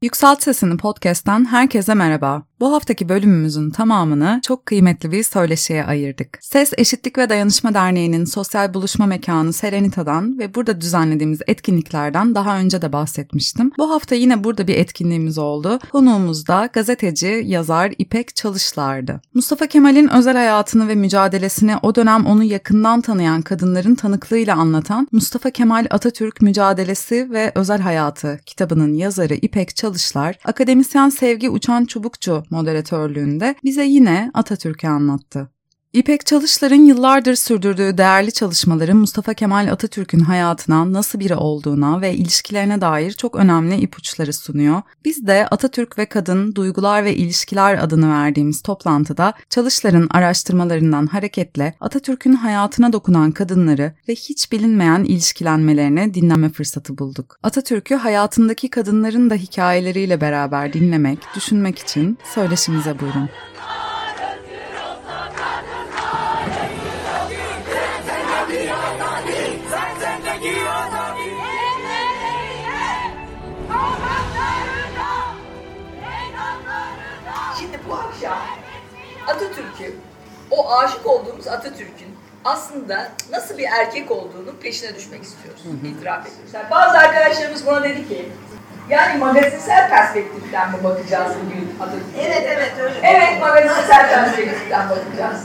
Yükselt Sesini Podcast'ten herkese merhaba. Bu haftaki bölümümüzün tamamını çok kıymetli bir söyleşiye ayırdık. Ses, Eşitlik ve Dayanışma Derneği'nin sosyal buluşma mekanı Serenita'dan ve burada düzenlediğimiz etkinliklerden daha önce de bahsetmiştim. Bu hafta yine burada bir etkinliğimiz oldu. Konuğumuz da gazeteci, yazar İpek Çalışlar'dı. Mustafa Kemal'in özel hayatını ve mücadelesini o dönem onu yakından tanıyan kadınların tanıklığıyla anlatan Mustafa Kemal Atatürk Mücadelesi ve Özel Hayatı kitabının yazarı İpek Çalışlar, akademisyen Sevgi Uçan Çubukçu moderatörlüğünde bize yine Atatürk'ü anlattı. İpek Çalışlar'ın yıllardır sürdürdüğü değerli çalışmaları Mustafa Kemal Atatürk'ün hayatına, nasıl biri olduğuna ve ilişkilerine dair çok önemli ipuçları sunuyor. Biz de Atatürk ve Kadın, Duygular ve İlişkiler adını verdiğimiz toplantıda Çalışlar'ın araştırmalarından hareketle Atatürk'ün hayatına dokunan kadınları ve hiç bilinmeyen ilişkilenmelerini dinleme fırsatı bulduk. Atatürk'ü hayatındaki kadınların da hikayeleriyle beraber dinlemek, düşünmek için söyleşimize buyurun. Şimdi bu akşam Atatürk'ü, o aşık olduğumuz Atatürk'ün aslında nasıl bir erkek olduğunun peşine düşmek istiyoruz. İtiraf ediyoruz. Yani bazı arkadaşlarımız buna dedi ki, yani magazinsel perspektiften mi bakacağız bugün Atatürk'e? Evet öyle. Evet, magazinsel perspektiften bakacağız.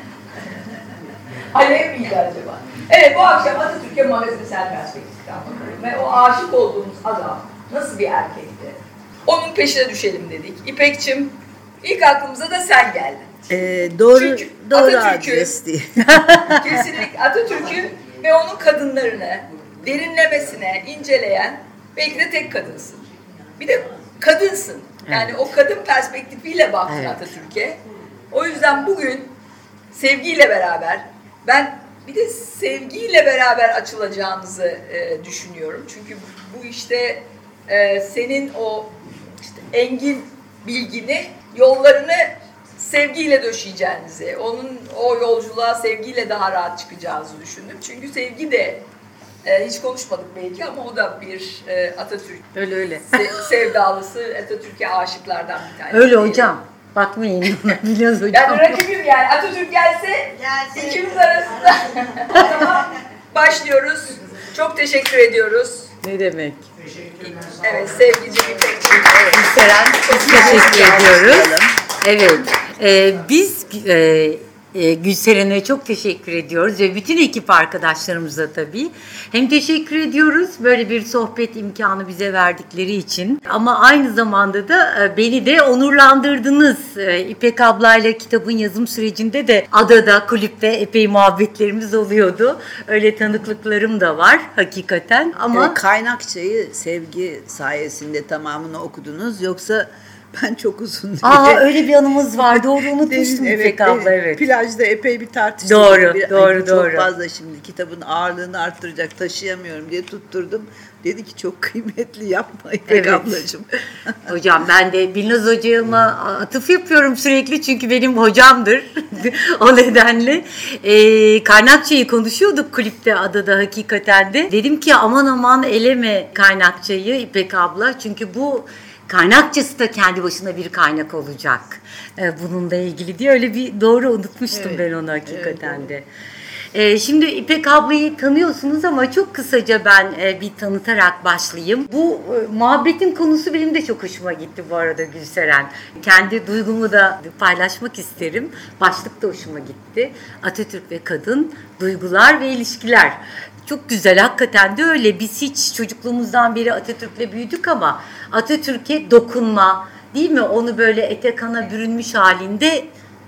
Alev miydi acaba? Evet, bu akşam Atatürk'e magazinsel perspektiften bakalım ve o aşık olduğumuz adam nasıl bir erkekti? Onun peşine düşelim dedik. İpek'cim, ilk aklımıza da sen geldin. Doğru adres değil. Kesinlikle Atatürk'ün ve onun kadınlarını derinlemesine inceleyen belki de tek kadınsın. Bir de kadınsın. Yani o kadın perspektifiyle baktın Atatürk'e. O yüzden bugün sevgiyle beraber, ben bir de sevgiyle beraber açılacağımızı düşünüyorum. Çünkü bu işte senin o işte engin bilgini, yollarını sevgiyle döşeyeceğinizi, onun o yolculuğa sevgiyle daha rahat çıkacağınızı düşündüm. Çünkü sevgi de hiç konuşmadık belki ama o da bir Atatürk Öyle. Sevdalısı, Atatürk'e aşıklardan bir tanesi. Öyle hocam. Bakmayın ona, biliyoruz hocam. Yani rakibim yani. Atatürk gelse ikimiz arasında. O zaman başlıyoruz. Çok teşekkür ediyoruz. Ne demek? Evet, sevgili İpek'ciğim. Seren, biz teşekkür ediyoruz. Evet, biz Gülseren'e çok teşekkür ediyoruz ve bütün ekip arkadaşlarımıza tabii. Hem teşekkür ediyoruz böyle bir sohbet imkanı bize verdikleri için. Ama aynı zamanda da beni de onurlandırdınız. İpek ablayla kitabın yazım sürecinde de adada, kulüpte epey muhabbetlerimiz oluyordu. Öyle tanıklıklarım da var hakikaten. Ama Kaynakçayı Sevgi sayesinde tamamını okudunuz, yoksa ben çok uzun diye. Öyle bir anımız var. Doğru, unutmuştum İpek abla. Evet. Plajda epey bir tartıştık. Doğru. Çok fazla şimdi kitabın ağırlığını arttıracak, taşıyamıyorum diye tutturdum. Dedi ki çok kıymetli, yapma İpek ablacığım. Hocam ben de Bilnaz hocama atıf yapıyorum sürekli çünkü benim hocamdır. O nedenle kaynakçayı konuşuyorduk kulüpte adada hakikaten de. Dedim ki aman eleme kaynakçayı İpek abla, çünkü bu kaynakçası da kendi başına bir kaynak olacak. Bununla ilgili diye öyle bir doğru unutmuştum ben onu hakikaten de. Şimdi İpek ablayı tanıyorsunuz ama çok kısaca ben bir tanıtarak başlayayım. Bu muhabbetin konusu benim de çok hoşuma gitti bu arada Gülseren. Kendi duygumu da paylaşmak isterim. Başlık da hoşuma gitti. Atatürk ve Kadın, Duygular ve İlişkiler. Çok güzel, hakikaten de öyle. Biz hiç çocukluğumuzdan beri Atatürk'le büyüdük ama Atatürk'e dokunma, değil mi? Onu böyle ete kana bürünmüş halinde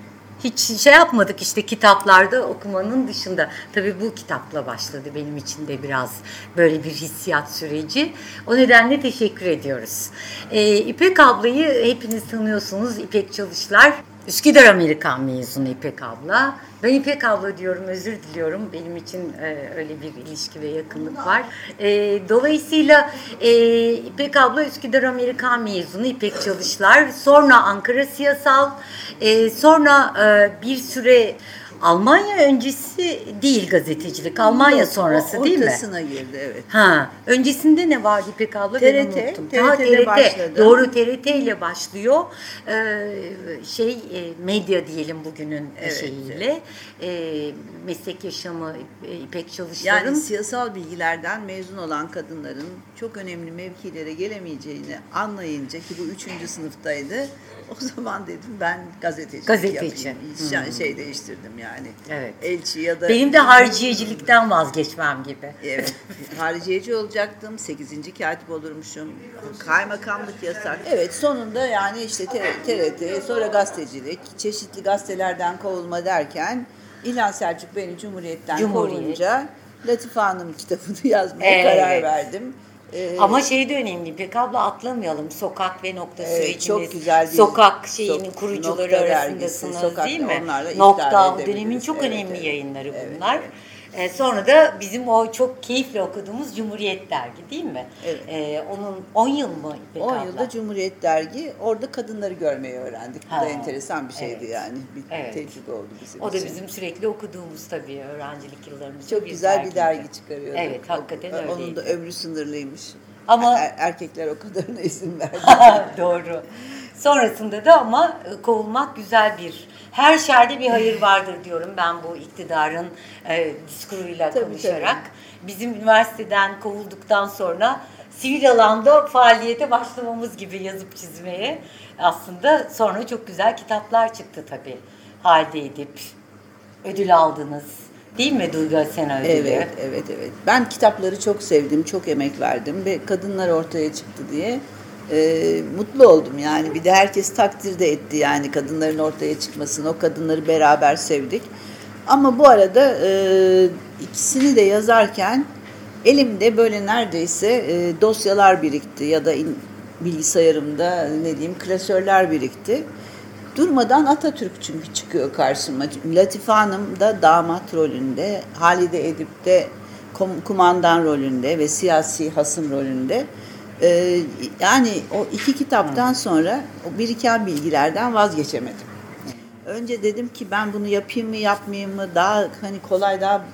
hiç yapmadık işte kitaplarda okumanın dışında. Tabii bu kitapla başladı benim için de biraz böyle bir hissiyat süreci. O nedenle teşekkür ediyoruz. İpek ablayı hepiniz tanıyorsunuz. İpek Çalışlar. Üsküdar Amerikan mezunu İpek abla. Ben İpek abla diyorum, özür diliyorum. Benim için öyle bir ilişki ve yakınlık var. Dolayısıyla İpek abla Üsküdar Amerikan mezunu İpek Çalışlar. Sonra Ankara Siyasal. Sonra bir süre Almanya öncesi değil gazetecilik. Almanya sonrası değil mi? Ortasına girdi, evet. Ha, öncesinde ne vardı İpek abla? TRT, Ben unuttum. TRT'de başladı. Doğru, TRT ile başlıyor. Medya diyelim bugünün şeyiyle. Meslek yaşamı İpek Çalışlar'ın. Yani siyasal bilgilerden mezun olan kadınların çok önemli mevkilere gelemeyeceğini anlayınca, ki bu 3. sınıftaydı. O zaman dedim ben gazeteci yapayım. Şey değiştirdim yani. Evet. Elçi ya da... Benim de hariciyecilikten vazgeçmem gibi. Evet. Hariciyeci olacaktım. 8. katip olurmuşum. Kaymakamlık yasak. Evet, sonunda yani işte TRT, sonra gazetecilik, çeşitli gazetelerden kovulma derken İlhan Selçuk beni Cumhuriyet'ten kovunca Latife Hanım kitabını yazmaya karar verdim. Ama şey de önemli İpek abla, atlamayalım. Sokak ve Nokta süreciniz. Çok güzel bir Sokak şeyinin kurucuları arasındasınız değil mi? Nokta dönemin çok önemli yayınları bunlar. Evet. Sonra da bizim o çok keyifle okuduğumuz Cumhuriyet Dergi değil mi? Evet. Onun 10 yıl mı İpek 10 abla? yılda Cumhuriyet Dergi. Orada kadınları görmeyi öğrendik. Bu da enteresan bir şeydi yani. Bir tecrübe oldu bizim için. O da bizim sürekli okuduğumuz tabii öğrencilik yıllarımızda. Çok güzel bir dergi çıkarıyorduk. Evet, hakikaten öyleydi. Onun da ömrü sınırlıymış. Ama erkekler o kadarına izin verdi. Doğru. Sonrasında da ama kovulmak güzel her şerde bir hayır vardır diyorum ben bu iktidarın diskuruyla konuşarak. Tabii. Bizim üniversiteden kovulduktan sonra sivil alanda faaliyete başlamamız gibi yazıp çizmeye aslında sonra çok güzel kitaplar çıktı tabii. Halde edip ödül aldınız. Değil mi Duygu Asena ödülü? Evet. Ben kitapları çok sevdim, çok emek verdim ve kadınlar ortaya çıktı diye mutlu oldum yani. Bir de herkes takdir de etti yani kadınların ortaya çıkmasını, o kadınları beraber sevdik. Ama bu arada ikisini de yazarken elimde böyle neredeyse dosyalar birikti ya da bilgisayarımda klasörler birikti. Durmadan Atatürk çünkü çıkıyor karşıma. Latife Hanım da damat rolünde, Halide Edip de kumandan rolünde ve siyasi hasım rolünde. Yani o 2 kitaptan sonra o biriken bilgilerden vazgeçemedim. Önce dedim ki ben bunu yapayım mı yapmayayım mı, daha kolay, daha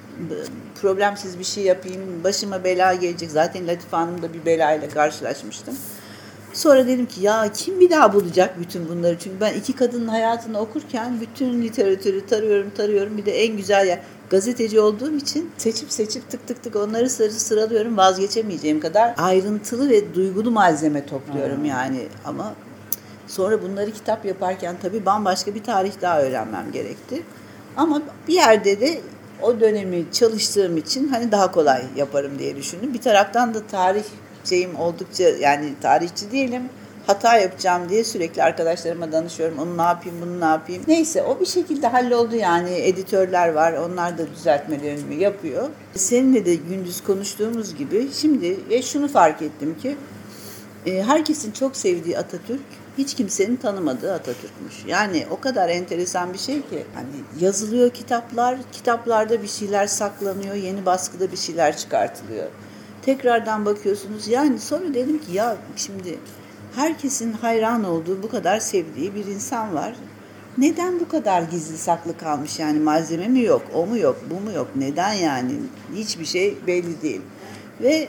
problemsiz bir şey yapayım, başıma bela gelecek. Zaten Latife Hanım'da bir belayla karşılaşmıştım. Sonra dedim ki ya kim bir daha bulacak bütün bunları? Çünkü ben 2 kadının hayatını okurken bütün literatürü tarıyorum. Bir de en güzel gazeteci olduğum için seçip tık onları sıralıyorum. Vazgeçemeyeceğim kadar ayrıntılı ve duygulu malzeme topluyorum yani. Ama sonra bunları kitap yaparken tabii bambaşka bir tarih daha öğrenmem gerekti. Ama bir yerde de o dönemi çalıştığım için daha kolay yaparım diye düşündüm. Bir taraftan da tarih şeyim oldukça, yani tarihçi değilim, hata yapacağım diye sürekli arkadaşlarıma danışıyorum. Onu ne yapayım, bunu ne yapayım. Neyse o bir şekilde halloldu yani. Editörler var, onlar da düzeltmelerimi yapıyor. Seninle de gündüz konuştuğumuz gibi şimdi şunu fark ettim ki herkesin çok sevdiği Atatürk hiç kimsenin tanımadığı Atatürk'müş. Yani o kadar enteresan bir şey ki yazılıyor kitaplarda bir şeyler saklanıyor, yeni baskıda bir şeyler çıkartılıyor. Tekrardan bakıyorsunuz. Yani sonra dedim ki ya şimdi herkesin hayran olduğu, bu kadar sevdiği bir insan var. Neden bu kadar gizli saklı kalmış yani? Malzeme mi yok, o mu yok, bu mu yok? Neden yani? Hiçbir şey belli değil. Ve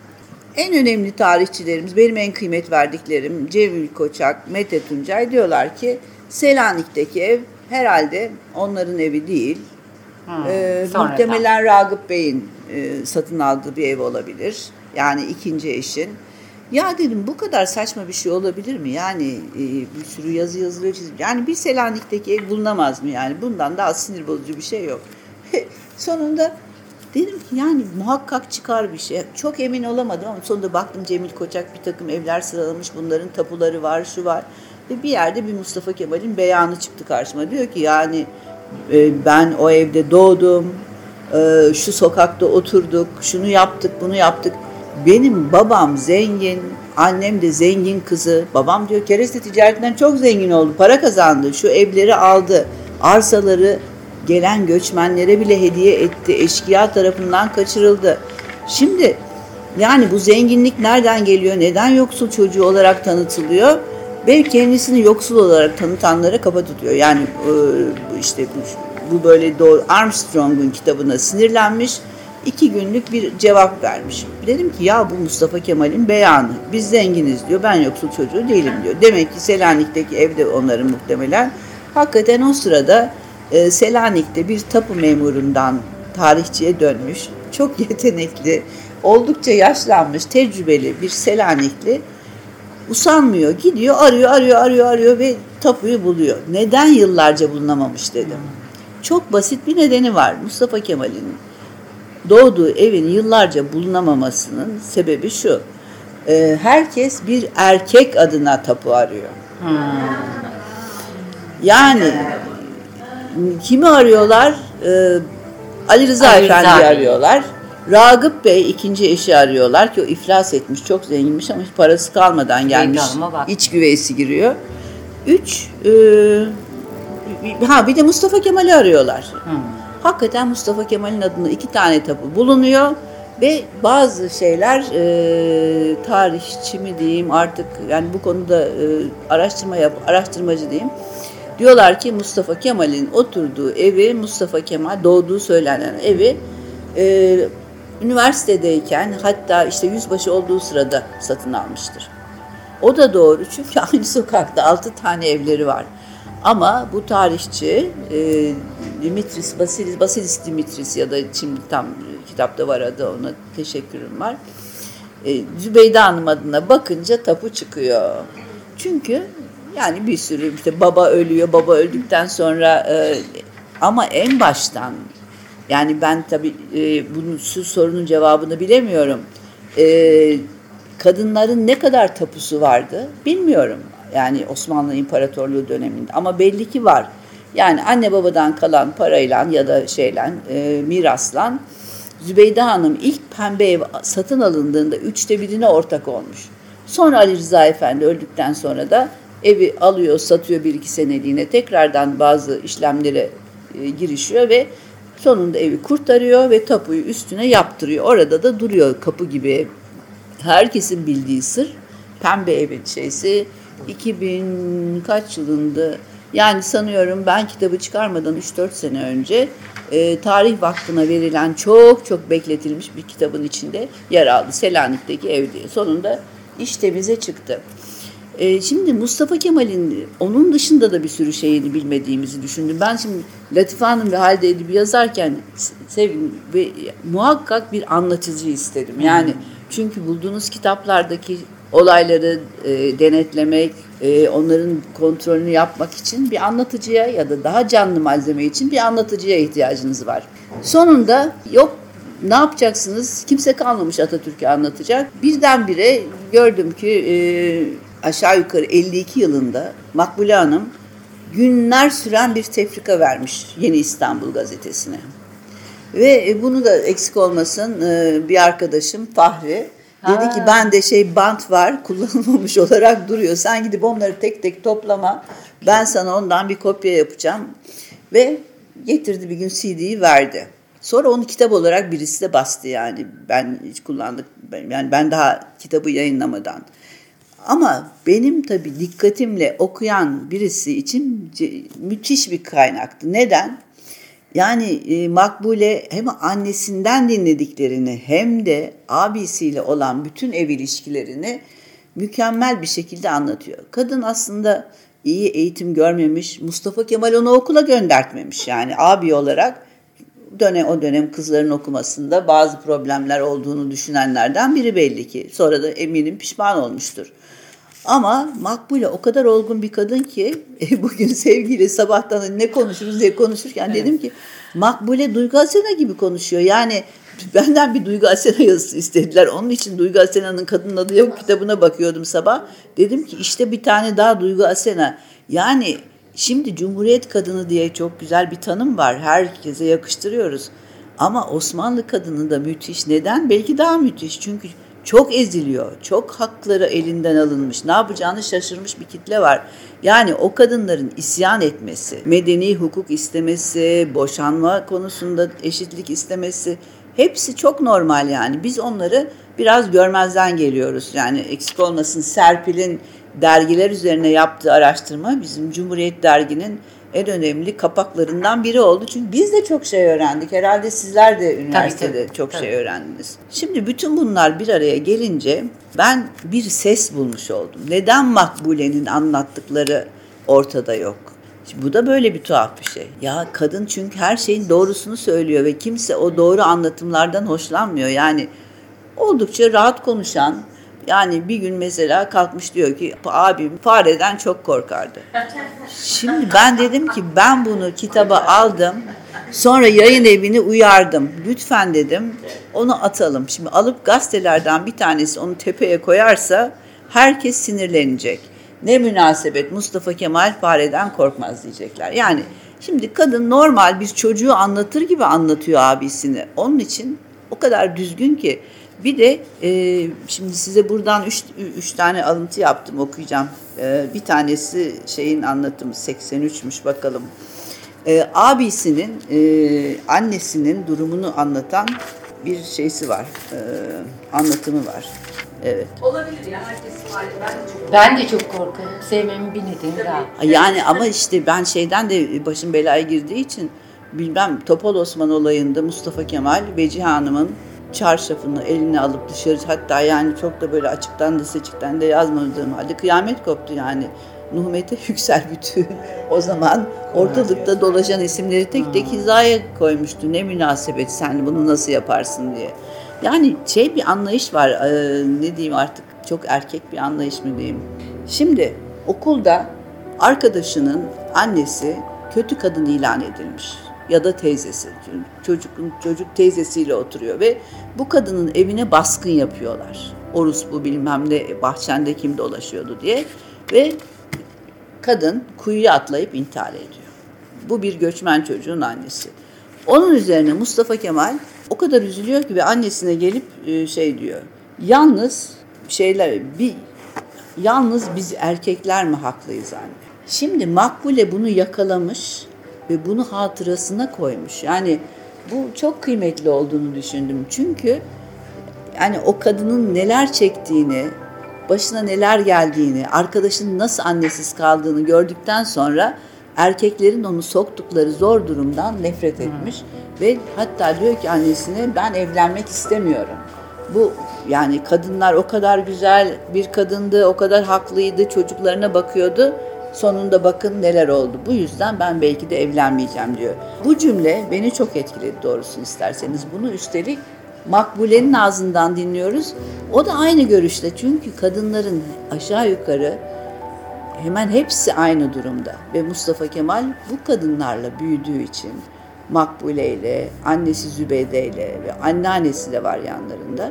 en önemli tarihçilerimiz, benim en kıymet verdiklerim Cemil Koçak, Mete Tuncay diyorlar ki Selanik'teki ev herhalde onların evi değil. Muhtemelen Ragıp Bey'in satın aldığı bir ev olabilir. Yani ikinci eşin. Ya dedim bu kadar saçma bir şey olabilir mi? Yani bir sürü yazı yazılıyor. Yani bir Selanik'teki ev bulunamaz mı yani? Bundan daha sinir bozucu bir şey yok. Sonunda dedim ki yani muhakkak çıkar bir şey. Çok emin olamadım ama sonunda baktım Cemil Koçak bir takım evler sıralamış. Bunların tapuları var, şu var. Ve bir yerde bir Mustafa Kemal'in beyanı çıktı karşıma. Diyor ki yani ben o evde doğdum, şu sokakta oturduk, şunu yaptık, bunu yaptık. Benim babam zengin, annem de zengin kızı. Babam diyor kereste ticaretinden çok zengin oldu, para kazandı, şu evleri aldı, arsaları gelen göçmenlere bile hediye etti, eşkıya tarafından kaçırıldı. Şimdi yani bu zenginlik nereden geliyor, neden yoksul çocuğu olarak ve kendisini yoksul olarak tanıtanlara kafa tutuyor. Yani işte bu böyle doğru, Armstrong'un kitabına sinirlenmiş. 2 günlük bir cevap vermiş. Dedim ki ya bu Mustafa Kemal'in beyanı. Biz zenginiz diyor. Ben yoksul çocuğu değilim diyor. Demek ki Selanik'teki evde onların muhtemelen. Hakikaten o sırada Selanik'te bir tapu memurundan tarihçiye dönmüş. Çok yetenekli, oldukça yaşlanmış, tecrübeli bir Selanikli. Usanmıyor. Gidiyor, arıyor ve tapuyu buluyor. Neden yıllarca bulunamamış dedim. Çok basit bir nedeni var. Mustafa Kemal'in doğduğu evin yıllarca bulunamamasının sebebi şu. Herkes bir erkek adına tapu arıyor. Yani kimi arıyorlar? Ali Rıza Efendi'yi arıyorlar. Ragıp Bey ikinci eşi arıyorlar ki o iflas etmiş, çok zenginmiş ama hiç parası kalmadan gelmiş. İç güveysi giriyor. 3 bir de Mustafa Kemal'i arıyorlar. Hakikaten Mustafa Kemal'in adına 2 tane tapu bulunuyor ve bazı şeyler tarihçi mi diyeyim artık, yani bu konuda araştırmacı diyeyim. Diyorlar ki Mustafa Kemal'in oturduğu evi, Mustafa Kemal doğduğu söylenen evi üniversitedeyken, hatta işte yüzbaşı olduğu sırada satın almıştır. O da doğru çünkü aynı sokakta 6 tane evleri var. Ama bu tarihçi Basilis Dimitris, ya da şimdi tam kitapta var adı, ona teşekkürüm var. Zübeyde Hanım adına bakınca tapu çıkıyor. Çünkü yani bir sürü işte baba ölüyor, baba öldükten sonra ama en baştan, yani ben tabii bunun sorunun cevabını bilemiyorum. Kadınların ne kadar tapusu vardı bilmiyorum. Yani Osmanlı İmparatorluğu döneminde, ama belli ki var. Yani anne babadan kalan parayla ya da mirasla Zübeyde Hanım ilk pembe ev satın alındığında 1/3'ine ortak olmuş. Sonra Ali Rıza Efendi öldükten sonra da evi alıyor, satıyor 1-2 seneliğine, tekrardan bazı işlemlere girişiyor ve sonunda evi kurtarıyor ve tapuyu üstüne yaptırıyor. Orada da duruyor kapı gibi ev. Herkesin bildiği sır, pembe evin 2000 kaç yılında, yani sanıyorum ben kitabı çıkarmadan 3-4 sene önce Tarih Vakfı'na verilen çok bekletilmiş bir kitabın içinde yer aldı. Selanik'teki ev diye. Sonunda iş temize çıktı. Şimdi Mustafa Kemal'in onun dışında da bir sürü şeyini bilmediğimizi düşündüm. Ben şimdi Latife Hanım ve Halide Edip'i yazarken muhakkak bir anlatıcı istedim. Yani çünkü bulduğunuz kitaplardaki olayları denetlemek, onların kontrolünü yapmak için bir anlatıcıya ya da daha canlı malzeme için bir anlatıcıya ihtiyacınız var. Sonunda ne yapacaksınız? Kimse kalmamış Atatürk'ü anlatacak. Birdenbire gördüm ki aşağı yukarı 52 yılında Makbule Hanım günler süren bir tefrika vermiş Yeni İstanbul gazetesine. Ve bunu da eksik olmasın bir arkadaşım Fahri dedi ki ben de bant var, kullanılmamış olarak duruyor. Sen gidip onları tek tek toplama. Ben sana ondan bir kopya yapacağım. Ve getirdi, bir gün CD'yi verdi. Sonra onu kitap olarak birisi de bastı yani. Ben hiç kullandık. Yani ben daha kitabı yayınlamadan. Ama benim tabii dikkatimle okuyan birisi için müthiş bir kaynaktı. Neden? Yani Makbule hem annesinden dinlediklerini hem de abisiyle olan bütün ev ilişkilerini mükemmel bir şekilde anlatıyor. Kadın aslında iyi eğitim görmemiş, Mustafa Kemal onu okula göndertmemiş. Yani abi olarak o dönem kızların okumasında bazı problemler olduğunu düşünenlerden biri belli ki. Sonra da eminim pişman olmuştur. Ama Makbule o kadar olgun bir kadın ki bugün sevgiyle sabahtan ne konuşuruz diye konuşurken dedim ki Makbule Duygu Asena gibi konuşuyor. Yani benden bir Duygu Asena yazısı istediler. Onun için Duygu Asena'nın Kadının Adı Yok kitabına bakıyordum sabah. Dedim ki işte bir tane daha Duygu Asena. Yani şimdi Cumhuriyet kadını diye çok güzel bir tanım var. Herkese yakıştırıyoruz. Ama Osmanlı kadını da müthiş. Neden? Belki daha müthiş. Çünkü çok eziliyor. Çok hakları elinden alınmış. Ne yapacağını şaşırmış bir kitle var. Yani o kadınların isyan etmesi, medeni hukuk istemesi, boşanma konusunda eşitlik istemesi hepsi çok normal yani. Biz onları biraz görmezden geliyoruz. Yani eksik olmasın Serpil'in dergiler üzerine yaptığı araştırma bizim Cumhuriyet derginin en önemli kapaklarından biri oldu. Çünkü biz de çok şey öğrendik. Herhalde sizler de üniversitede çok şey öğrendiniz. Şimdi bütün bunlar bir araya gelince ben bir ses bulmuş oldum. Neden Makbule'nin anlattıkları ortada yok? Şimdi bu da böyle bir tuhaf bir şey. Ya kadın çünkü her şeyin doğrusunu söylüyor ve kimse o doğru anlatımlardan hoşlanmıyor. Yani oldukça rahat konuşan, yani bir gün mesela kalkmış diyor ki abim fareden çok korkardı. Şimdi ben dedim ki ben bunu kitaba aldım. Sonra yayın evini uyardım. Lütfen dedim onu atalım. Şimdi alıp gazetelerden bir tanesi onu tepeye koyarsa herkes sinirlenecek. Ne münasebet Mustafa Kemal fareden korkmaz diyecekler. Yani şimdi kadın normal bir çocuğu anlatır gibi anlatıyor abisini. Onun için o kadar düzgün ki. Bir de şimdi size buradan üç tane alıntı yaptım, okuyacağım. Bir tanesi şeyin anlatımı 83'müş bakalım. Abisinin annesinin durumunu anlatan bir şeysi var, anlatımı var. Evet. Olabilir ya, herkes var. Ben de çok korkarım. Sevmemin bir nedeni daha. Yani ama işte ben şeyden de başım belaya girdiği için bilmem Topal Osman olayında Mustafa Kemal Vecihe Hanım'ın çarşafını eline alıp dışarı, hatta yani çok da böyle açıktan da seçikten de yazmadığım halde kıyamet koptu yani. Nuh Mete Yüksel bütün o zaman ortalıkta dolaşan isimleri tek tek hizaya koymuştu. Ne münasebet sen bunu nasıl yaparsın diye. Yani bir anlayış var, ne diyeyim artık, çok erkek bir anlayış mı diyeyim. Şimdi okulda arkadaşının annesi kötü kadın ilan edilmiş ya da teyzesi. Çocuk teyzesiyle oturuyor ve bu kadının evine baskın yapıyorlar. Orus bu bilmem ne bahçende kim dolaşıyordu diye ve kadın kuyuya atlayıp intihar ediyor. Bu bir göçmen çocuğun annesi. Onun üzerine Mustafa Kemal o kadar üzülüyor ki ve annesine gelip diyor. Yalnız biz erkekler mi haklıyız anne? Şimdi Makbule bunu yakalamış ve bunu hatırasına koymuş. Yani bu çok kıymetli olduğunu düşündüm. Çünkü yani o kadının neler çektiğini, başına neler geldiğini, arkadaşının nasıl annesiz kaldığını gördükten sonra erkeklerin onu soktukları zor durumdan nefret etmiş. Ve hatta diyor ki annesine ben evlenmek istemiyorum. Bu yani kadınlar o kadar güzel bir kadındı, o kadar haklıydı, çocuklarına bakıyordu. Sonunda bakın neler oldu. Bu yüzden ben belki de evlenmeyeceğim diyor. Bu cümle beni çok etkiledi doğrusunu isterseniz. Bunu üstelik Makbule'nin ağzından dinliyoruz. O da aynı görüşte. Çünkü kadınların aşağı yukarı hemen hepsi aynı durumda. Ve Mustafa Kemal bu kadınlarla büyüdüğü için Makbule ile, annesi Zübeyde ile ve anneannesi de var yanlarında,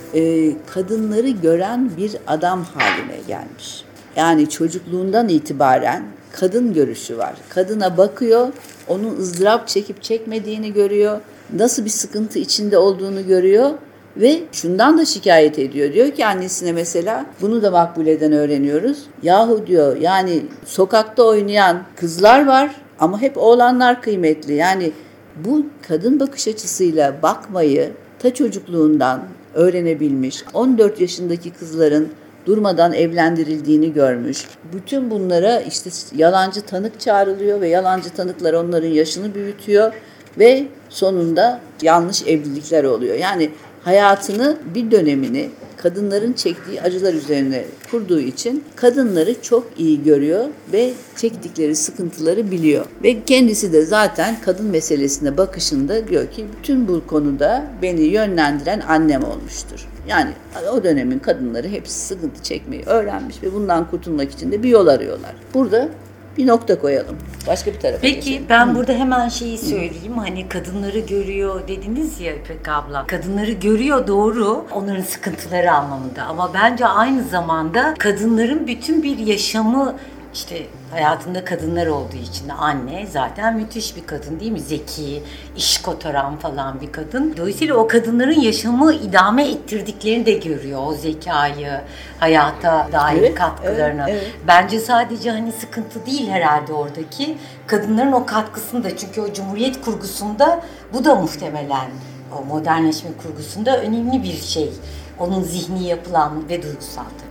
kadınları gören bir adam haline gelmiş. Yani çocukluğundan itibaren kadın görüşü var. Kadına bakıyor, onun ızdırap çekip çekmediğini görüyor, nasıl bir sıkıntı içinde olduğunu görüyor ve şundan da şikayet ediyor. Diyor ki annesine mesela, bunu da Makbule'den öğreniyoruz. Yahu diyor, yani sokakta oynayan kızlar var ama hep oğlanlar kıymetli. Yani bu kadın bakış açısıyla bakmayı ta çocukluğundan öğrenebilmiş. 14 yaşındaki kızların durmadan evlendirildiğini görmüş. Bütün bunlara işte yalancı tanık çağrılıyor ve yalancı tanıklar onların yaşını büyütüyor ve sonunda yanlış evlilikler oluyor. Yani hayatını, bir dönemini kadınların çektiği acılar üzerine kurduğu için kadınları çok iyi görüyor ve çektikleri sıkıntıları biliyor. Ve kendisi de zaten kadın meselesine bakışında diyor ki bütün bu konuda beni yönlendiren annem olmuştur. Yani o dönemin kadınları hepsi sıkıntı çekmeyi öğrenmiş ve bundan kurtulmak için de bir yol arıyorlar. Burada bir nokta koyalım. Başka bir tarafa Peki geçelim. ben burada hemen şeyi söyleyeyim. Hani kadınları görüyor dediniz ya İpek abla. Kadınları görüyor, doğru. Onların sıkıntıları anlamında. Ama bence aynı zamanda kadınların bütün bir yaşamı, işte hayatında kadınlar olduğu için anne zaten müthiş bir kadın değil mi? Zeki, iş kotaran falan bir kadın. Dolayısıyla o kadınların yaşamı idame ettirdiklerini de görüyor. O zekayı, hayata dair katkılarını. Evet. Bence sadece hani sıkıntı değil herhalde oradaki. Kadınların o katkısını da, çünkü o Cumhuriyet kurgusunda bu da muhtemelen o modernleşme kurgusunda önemli bir şey. Onun zihni yapılan ve duygusal tabii.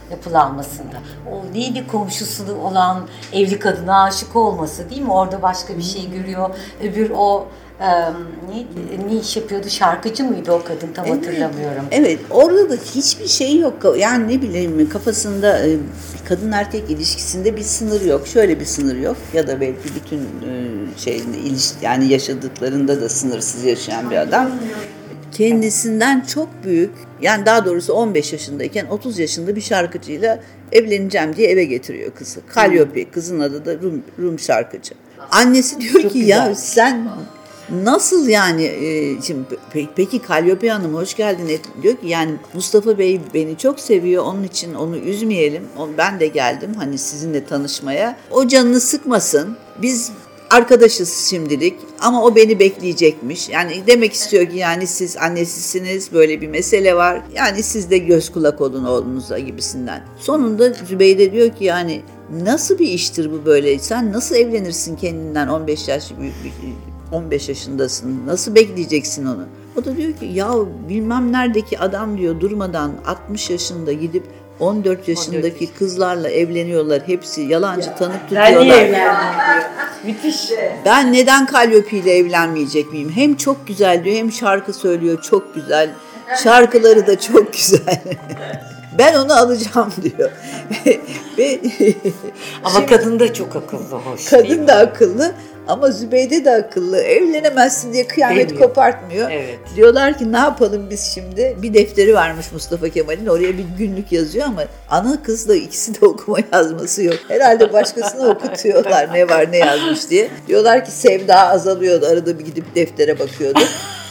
yapılanmasında. O neydi, komşusu olan evli kadına aşık olması değil mi? Orada başka bir şey görüyor. Öbür o ne iş yapıyordu? Şarkıcı mıydı o kadın? Tam hatırlamıyorum. Evet, orada da hiçbir şey yok. Yani ne bileyim, kafasında kadın erkek ilişkisinde bir sınır yok. Şöyle bir sınır yok. Ya da belki bütün yani yaşadıklarında da sınırsız yaşayan bir adam. Kendisinden çok büyük, yani daha doğrusu 15 yaşındayken 30 yaşında bir şarkıcıyla evleneceğim diye eve getiriyor kızı. Calliope, kızın adı da Rum şarkıcı. Annesi diyor Çok ki güzel. Ya sen nasıl yani, şimdi peki Calliope Hanım hoş geldin diyor ki yani Mustafa Bey beni çok seviyor, onun için onu üzmeyelim. Ben de geldim hani sizinle tanışmaya. O canını sıkmasın. Biz arkadaşız şimdilik ama o beni bekleyecekmiş. Yani demek istiyor ki yani siz annesisiniz, böyle bir mesele var. Yani siz de göz kulak olun oğlunuza gibisinden. Sonunda Zübeyde diyor ki yani nasıl bir iştir bu böyle? Sen nasıl evlenirsin kendinden 15 yaşındasın. Nasıl bekleyeceksin onu? O da diyor ki ya bilmem neredeki adam diyor durmadan 60 yaşında gidip 14 yaşındaki kızlarla evleniyorlar. Hepsi yalancı tanık tutuyorlar. Ben niye evlendim diyor. Müthiş. Ben neden Calliope ile evlenmeyecek miyim? Hem çok güzel diyor, hem şarkı söylüyor çok güzel. Şarkıları da çok güzel. Ben onu alacağım diyor. Ama kadın da çok akıllı, hoş. Kadın da akıllı ama Zübeyde de akıllı. Evlenemezsin diye kıyamet Demiyor. Kopartmıyor. Evet. Diyorlar ki ne yapalım biz şimdi? Bir defteri varmış Mustafa Kemal'in. Oraya bir günlük yazıyor ama ana kız da ikisi de okuma yazması yok. Herhalde başkasına okutuyorlar ne var ne yazmış diye. Diyorlar ki sevda azalıyordu. Arada bir gidip deftere bakıyordu.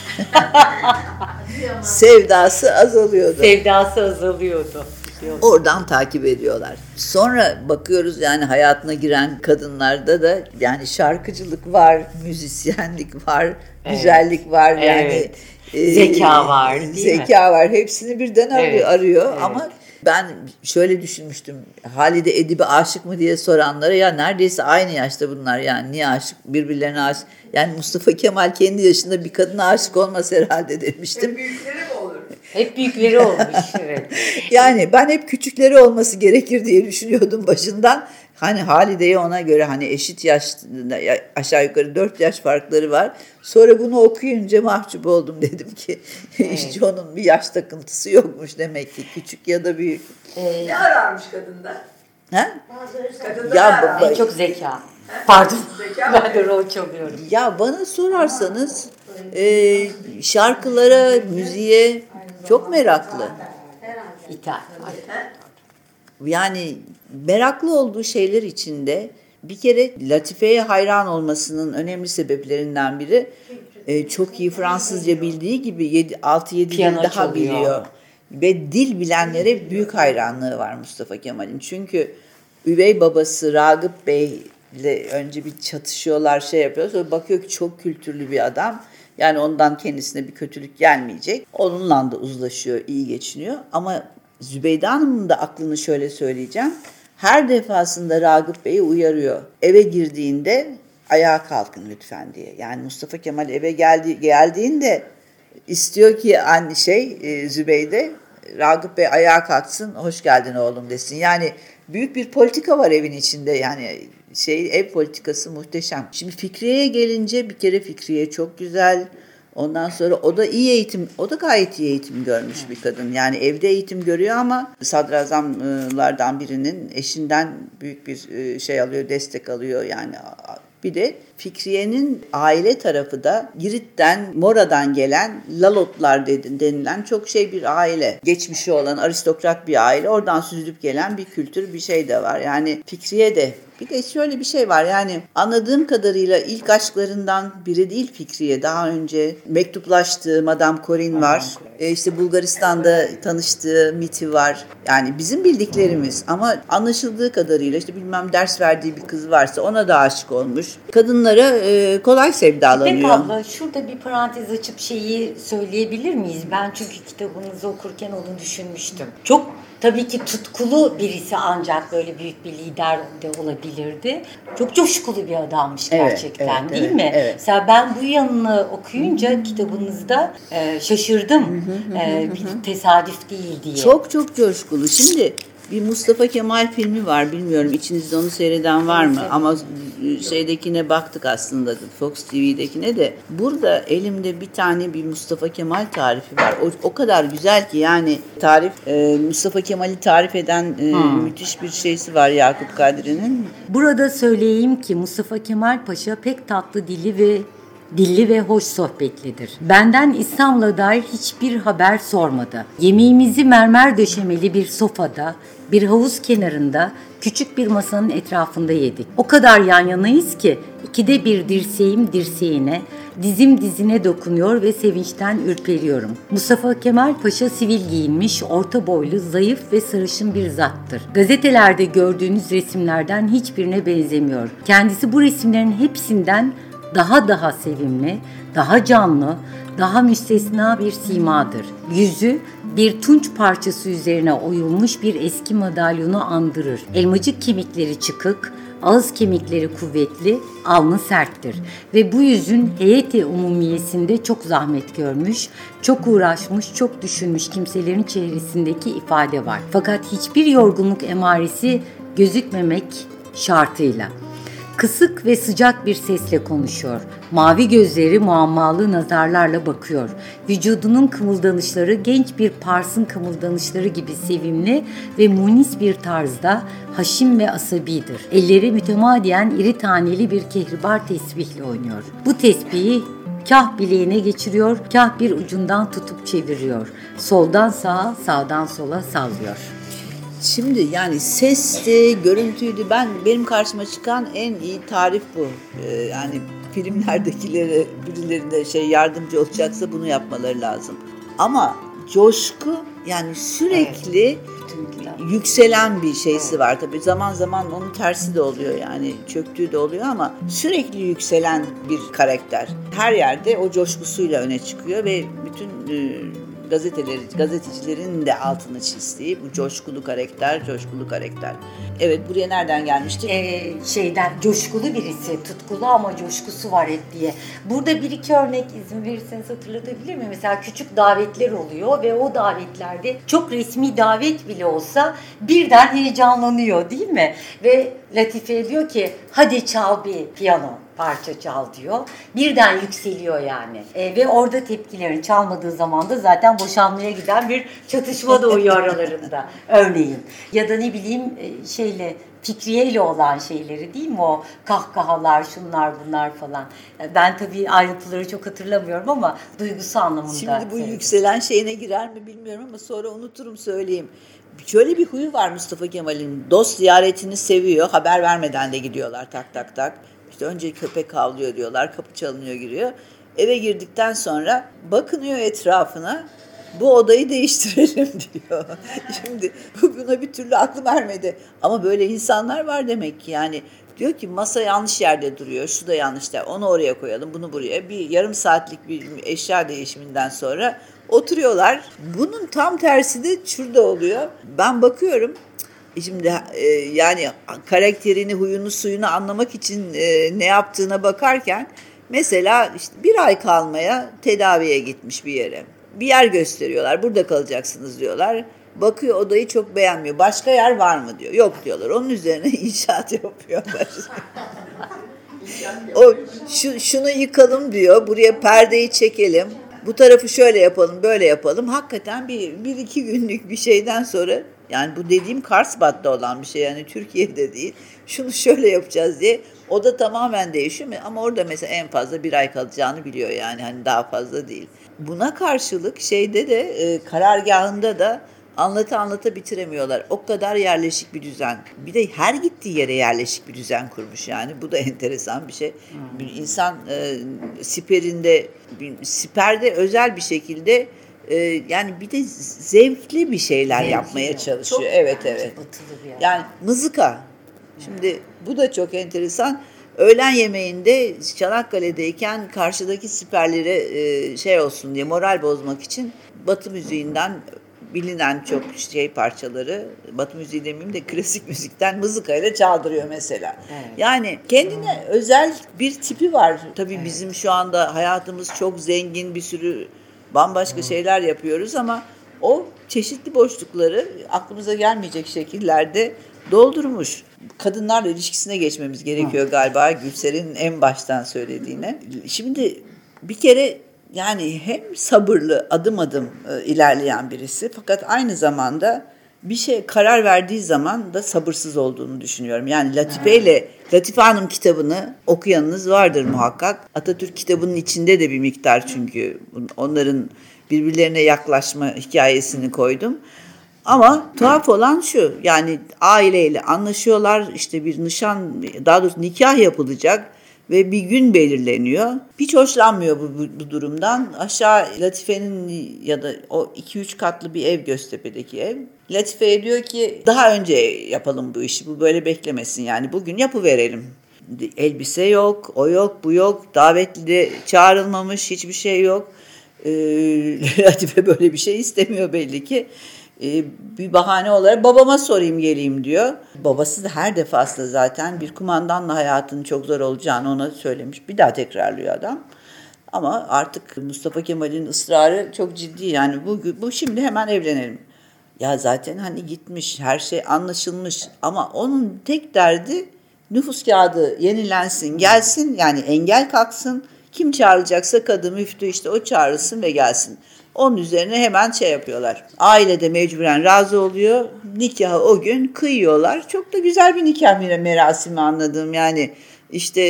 Sevdası azalıyordu. Sevdası azalıyordu. Oradan takip ediyorlar. Sonra bakıyoruz yani hayatına giren kadınlarda da yani şarkıcılık var, müzisyenlik var, güzellik var yani. Zeka var, değil mi? Zeka var. Hepsini birden arıyor evet. ama ben şöyle düşünmüştüm. Halide Edip'e aşık mı diye soranlara ya neredeyse aynı yaşta bunlar yani niye aşık, birbirlerine aşık. Yani Mustafa Kemal kendi yaşında bir kadına aşık olmaz herhalde demiştim. Büyükleri mi olur? Hep büyükleri olmuş. Evet. Yani ben hep küçükleri olması gerekir diye düşünüyordum başından. Hani Halide'ye ona göre hani eşit yaş, aşağı yukarı 4 yaş farkları var. Sonra bunu okuyunca mahcup oldum, dedim ki işte onun bir yaş takıntısı yokmuş demek ki, küçük ya da büyük. Ne ararmış kadında? Ha? Kadında Ya ne arar? En çok zeka. Pardon. Zeka Ben de rol çalıyorum. Ya bana sorarsanız şarkılara, müziğe çok meraklı. İthal. Yani meraklı olduğu şeyler içinde bir kere Latife'ye hayran olmasının önemli sebeplerinden biri çok iyi Fransızca bildiği gibi 6-7 dil Piyano daha çalıyor. biliyor. Ve dil bilenlere büyük hayranlığı var Mustafa Kemal'in. Çünkü üvey babası Ragıp Bey ile önce bir çatışıyorlar, şey yapıyor. Sonra bakıyor ki çok kültürlü bir adam. Yani ondan kendisine bir kötülük gelmeyecek. Onunla da uzlaşıyor, iyi geçiniyor. Ama Zübeyde Hanım'ın da aklını şöyle söyleyeceğim. Her defasında Ragıp Bey'i uyarıyor. Eve girdiğinde ayağa kalkın lütfen diye. Yani Mustafa Kemal eve geldiğinde istiyor ki Zübeyde Ragıp Bey ayağa kalksın, hoş geldin oğlum desin. Yani büyük bir politika var evin içinde. Yani ev politikası muhteşem. Şimdi Fikriye'ye gelince bir kere Fikriye çok güzel. Ondan sonra o da gayet iyi eğitim görmüş bir kadın. Yani evde eğitim görüyor ama sadrazamlardan birinin eşinden büyük bir alıyor, destek alıyor yani. Bir de Fikriye'nin aile tarafı da Girit'ten, Mora'dan gelen Lalotlar denilen çok bir aile. Geçmişi olan aristokrat bir aile. Oradan süzülüp gelen bir kültür, bir şey de var. Yani Fikriye de. Bir de şöyle bir şey var yani anladığım kadarıyla ilk aşklarından biri değil Fikriye. Daha önce mektuplaştığı Madame Corinne var. İşte Bulgaristan'da tanıştığı Miti var. Yani bizim bildiklerimiz ama anlaşıldığı kadarıyla işte bilmem ders verdiği bir kız varsa ona da aşık olmuş. Kadınlara kolay sevdalanıyor. İpek abla şurada bir parantez açıp şeyi söyleyebilir miyiz? Ben çünkü kitabınızı okurken onu düşünmüştüm. Çok tabii ki tutkulu birisi ancak böyle büyük bir lider de olabilirdi. Çok coşkulu bir adammış gerçekten, değil mi? Evet. Mesela ben bu yanını okuyunca kitabınızda şaşırdım. Bir tesadüf değil diye. Çok çok coşkulu. Şimdi Bir Mustafa Kemal filmi var, bilmiyorum içinizde onu seyreden var mı? Ama şeydekine baktık aslında, Fox TV'dekine de. Burada elimde bir tane bir Mustafa Kemal tarifi var. O kadar güzel ki yani tarif, Mustafa Kemal'i tarif eden müthiş bir şeysi var Yakup Kadri'nin. Burada söyleyeyim ki Mustafa Kemal Paşa pek tatlı dilli ve hoş sohbetlidir. Benden İstanbul'a dair hiçbir haber sormadı. Yemeğimizi mermer döşemeli bir sofada, bir havuz kenarında, küçük bir masanın etrafında yedik. O kadar yan yanayız ki ikide bir dirseğim dirseğine, dizim dizine dokunuyor ve sevinçten ürperiyorum. Mustafa Kemal Paşa sivil giyinmiş, orta boylu, zayıf ve sarışın bir zattır. Gazetelerde gördüğünüz resimlerden hiçbirine benzemiyor. Kendisi bu resimlerin hepsinden daha sevimli, daha canlı, daha müstesna bir simadır. Yüzü bir tunç parçası üzerine oyulmuş bir eski madalyonu andırır. Elmacık kemikleri çıkık, ağız kemikleri kuvvetli, alnı serttir. Ve bu yüzün heyeti umumiyesinde çok zahmet görmüş, çok uğraşmış, çok düşünmüş kimselerin çehresindeki ifade var. Fakat hiçbir yorgunluk emaresi gözükmemek şartıyla. Kısık ve sıcak bir sesle konuşuyor. Mavi gözleri muammalı nazarlarla bakıyor. Vücudunun kımıldanışları genç bir parsın kımıldanışları gibi sevimli ve munis bir tarzda haşin ve asabidir. Elleri mütemadiyen iri taneli bir kehribar tesbihle oynuyor. Bu tesbihi kah bileğine geçiriyor, kah bir ucundan tutup çeviriyor. Soldan sağa, sağdan sola sallıyor. Şimdi yani sesti, görüntüydü. Benim karşıma çıkan en iyi tarif bu. Yani filmlerdekileri birilerine yardımcı olacaksa bunu yapmaları lazım. Ama coşku yani sürekli yükselen bir şeysi var tabii. Zaman zaman onun tersi de oluyor yani çöktüğü de oluyor ama sürekli yükselen bir karakter. Her yerde o coşkusuyla öne çıkıyor ve bütün gazetecilerin de altını çizdiği bu coşkulu karakter. Evet, buraya nereden gelmiştik? Coşkulu birisi, tutkulu ama coşkusu var hep diye. Burada bir iki örnek izin verirseniz hatırlatabilir miyim? Mesela küçük davetler oluyor ve o davetlerde çok resmi davet bile olsa birden heyecanlanıyor değil mi? Ve Latife diyor ki hadi çal bir piyano. Parça çal diyor. Birden yükseliyor yani. Ve orada tepkilerini çalmadığı zaman da zaten boşanmaya giden bir çatışma doğuyor aralarında. Örneğin. Ya da ne bileyim Fikriye ile olan şeyleri değil mi o kahkahalar, şunlar bunlar falan. Ben tabii ayrıntıları çok hatırlamıyorum ama duygusu anlamında. Şimdi bu yükselen şeyine girer mi bilmiyorum ama sonra unuturum söyleyeyim. Şöyle bir huyu var Mustafa Kemal'in. Dost ziyaretini seviyor. Haber vermeden de gidiyorlar tak. İşte önce köpek havlıyor diyorlar. Kapı çalınıyor, giriyor. Eve girdikten sonra bakınıyor etrafına. Bu odayı değiştirelim diyor. Şimdi buna bir türlü aklım ermedi. Ama böyle insanlar var demek ki yani. Diyor ki masa yanlış yerde duruyor. Şu da yanlış da. Onu oraya koyalım, bunu buraya. Bir yarım saatlik bir eşya değişiminden sonra oturuyorlar. Bunun tam tersi de şurada oluyor. Ben bakıyorum. Şimdi yani karakterini, huyunu, suyunu anlamak için ne yaptığına bakarken mesela işte bir ay kalmaya tedaviye gitmiş bir yere. Bir yer gösteriyorlar. Burada kalacaksınız diyorlar. Bakıyor odayı çok beğenmiyor. Başka yer var mı diyor. Yok diyorlar. Onun üzerine inşaat yapıyorlar. Şunu yıkalım diyor. Buraya perdeyi çekelim. Bu tarafı şöyle yapalım, böyle yapalım. Hakikaten bir iki günlük bir şeyden sonra yani bu dediğim Karlsbad'da olan bir şey yani Türkiye'de değil. Şunu şöyle yapacağız diye o da tamamen değişiyor ama orada mesela en fazla bir ay kalacağını biliyor yani hani daha fazla değil. Buna karşılık karargahında da anlata bitiremiyorlar. O kadar yerleşik bir düzen. Bir de her gittiği yere yerleşik bir düzen kurmuş yani. Bu da enteresan bir şey. Bir insan siperde özel bir şekilde yani bir de zevkli bir şeyler yapmaya çalışıyor. Çok evet. Yani mızıka. Şimdi bu da çok enteresan. Öğlen yemeğinde Çanakkale'deyken karşıdaki siperlere olsun diye moral bozmak için Batı müziğinden bilinen çok parçaları, Batı müziği demeyeyim de klasik müzikten mızıkayla çaldırıyor mesela. Evet. Yani kendine özel bir tipi var. Tabii bizim şu anda hayatımız çok zengin, bir sürü bambaşka şeyler yapıyoruz ama o çeşitli boşlukları aklımıza gelmeyecek şekillerde doldurmuş. Kadınlarla ilişkisine geçmemiz gerekiyor galiba, Gülser'in en baştan söylediğine. Şimdi bir kere yani hem sabırlı, adım adım ilerleyen birisi, fakat aynı zamanda bir şey karar verdiği zaman da sabırsız olduğunu düşünüyorum. Yani Latife Hanım kitabını okuyanınız vardır muhakkak. Atatürk kitabının içinde de bir miktar, çünkü onların birbirlerine yaklaşma hikayesini koydum. Ama tuhaf olan şu, yani aileyle anlaşıyorlar, işte bir nişan, daha doğrusu nikah yapılacak ve bir gün belirleniyor. Hiç hoşlanmıyor bu durumdan. Aşağı Latife'nin, ya da o 2-3 katlı bir ev, Göztepe'deki ev. Latife'ye diyor ki daha önce yapalım bu işi, bu böyle beklemesin, yani bugün yapıverelim. Elbise yok, o yok, bu yok, davetli de çağrılmamış, hiçbir şey yok. Latife böyle bir şey istemiyor belli ki. Bir bahane olarak babama sorayım geleyim diyor. Babası da her defasında zaten bir kumandanla hayatının çok zor olacağını ona söylemiş. Bir daha tekrarlıyor adam. Ama artık Mustafa Kemal'in ısrarı çok ciddi. Yani bu şimdi hemen evlenelim. Ya zaten hani gitmiş, her şey anlaşılmış, ama onun tek derdi nüfus kağıdı yenilensin, gelsin, yani engel kalksın. Kim çağrılacaksa kadı, müftü, işte o çağrılsın ve gelsin. Onun üzerine hemen şey yapıyorlar. Aile de mecburen razı oluyor. Nikahı o gün kıyıyorlar. Çok da güzel bir nikah merasimi, anladım. Yani işte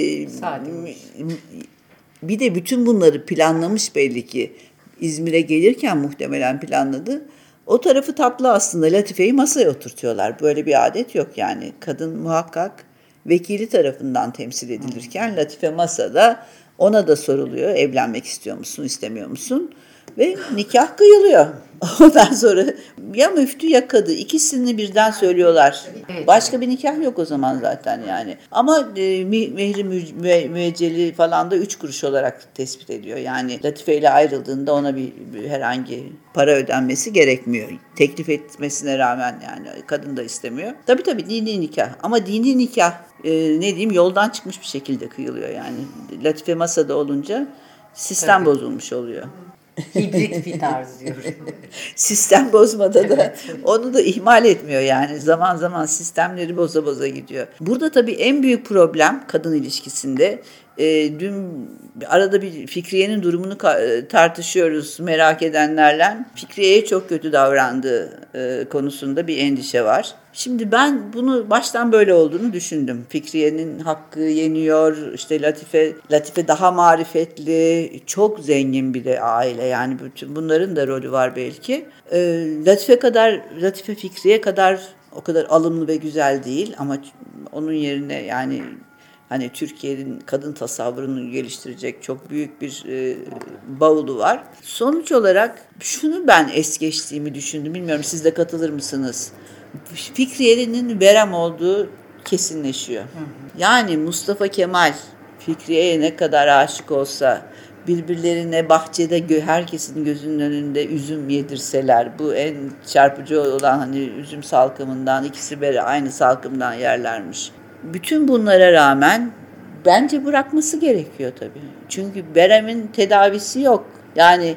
bir de bütün bunları planlamış belli ki. İzmir'e gelirken muhtemelen planladı. O tarafı tatlı aslında. Latife'yi masaya oturtuyorlar. Böyle bir adet yok yani. Kadın muhakkak vekili tarafından temsil edilirken Latife masada, ona da soruluyor. Evlenmek istiyor musun, istemiyor musun? Ve nikah kıyılıyor. Ondan sonra ya müftü ya kadı, ikisini birden söylüyorlar. Başka bir nikah yok o zaman zaten yani. Ama mehri müecceli falan da 3 kuruş olarak tespit ediyor. Yani Latife ile ayrıldığında ona bir herhangi para ödenmesi gerekmiyor. Teklif etmesine rağmen, yani kadın da istemiyor. Tabii dini nikah, ama dini nikah ne diyeyim, yoldan çıkmış bir şekilde kıyılıyor yani. Latife masada olunca sistem bozulmuş oluyor. Hibrit bir tarz diyorum. Sistem bozmada da onu da ihmal etmiyor yani. Zaman zaman sistemleri boza gidiyor. Burada tabii en büyük problem kadın ilişkisinde. Dün arada bir Fikriye'nin durumunu tartışıyoruz merak edenlerle. Fikriye'ye çok kötü davrandığı konusunda bir endişe var. Şimdi ben bunu baştan böyle olduğunu düşündüm. Fikriye'nin hakkı yeniyor. İşte Latife daha marifetli, çok zengin bir de aile. Yani bütün bunların da rolü var belki. Latife Fikriye kadar o kadar alımlı ve güzel değil, ama onun yerine yani hani Türkiye'nin kadın tasavvurunu geliştirecek çok büyük bir bavulu var. Sonuç olarak şunu ben es geçtiğimi düşündüm. Bilmiyorum, siz de katılır mısınız? Fikriye'nin verem olduğu kesinleşiyor. Yani Mustafa Kemal Fikriye'ye ne kadar aşık olsa, birbirlerine bahçede herkesin gözünün önünde üzüm yedirseler, bu en çarpıcı olan, hani üzüm salkımından, ikisi aynı salkımdan yerlermiş. Bütün bunlara rağmen bence bırakması gerekiyor tabii. Çünkü veremin tedavisi yok. Yani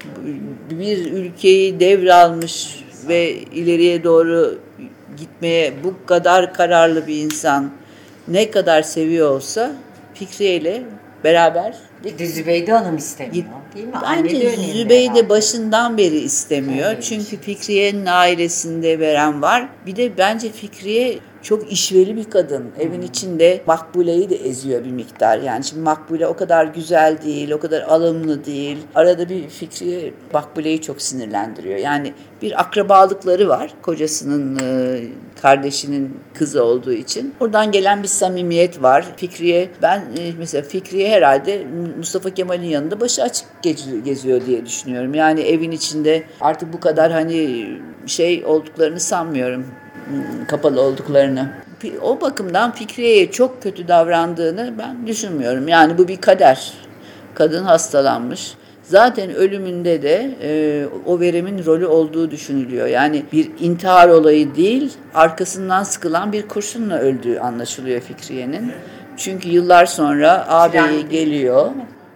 bir ülkeyi devralmış ve ileriye doğru gitmeye bu kadar kararlı bir insan ne kadar seviyor olsa Fikriye ile beraber Zübeyde Hanım istemiyor değil mi? Bence Zübeyde başından beri istemiyor. Evet. Çünkü Fikriye'nin ailesinde veren var. Bir de bence Fikriye çok işveli bir kadın. Evin içinde Makbule'yi de eziyor bir miktar. Yani şimdi Makbule o kadar güzel değil, o kadar alımlı değil. Arada bir Fikriye Makbule'yi çok sinirlendiriyor. Yani bir akrabalıkları var. Kocasının kardeşinin kızı olduğu için. Oradan gelen bir samimiyet var. Mesela Fikriye herhalde Mustafa Kemal'in yanında başı açık geziyor diye düşünüyorum. Yani evin içinde artık bu kadar hani olduklarını sanmıyorum. Kapalı olduklarını. O bakımdan Fikriye'ye çok kötü davrandığını ben düşünmüyorum. Yani bu bir kader. Kadın hastalanmış. Zaten ölümünde de o veremin rolü olduğu düşünülüyor. Yani bir intihar olayı değil, arkasından sıkılan bir kurşunla öldüğü anlaşılıyor Fikriye'nin. Çünkü yıllar sonra ağabeyi geliyor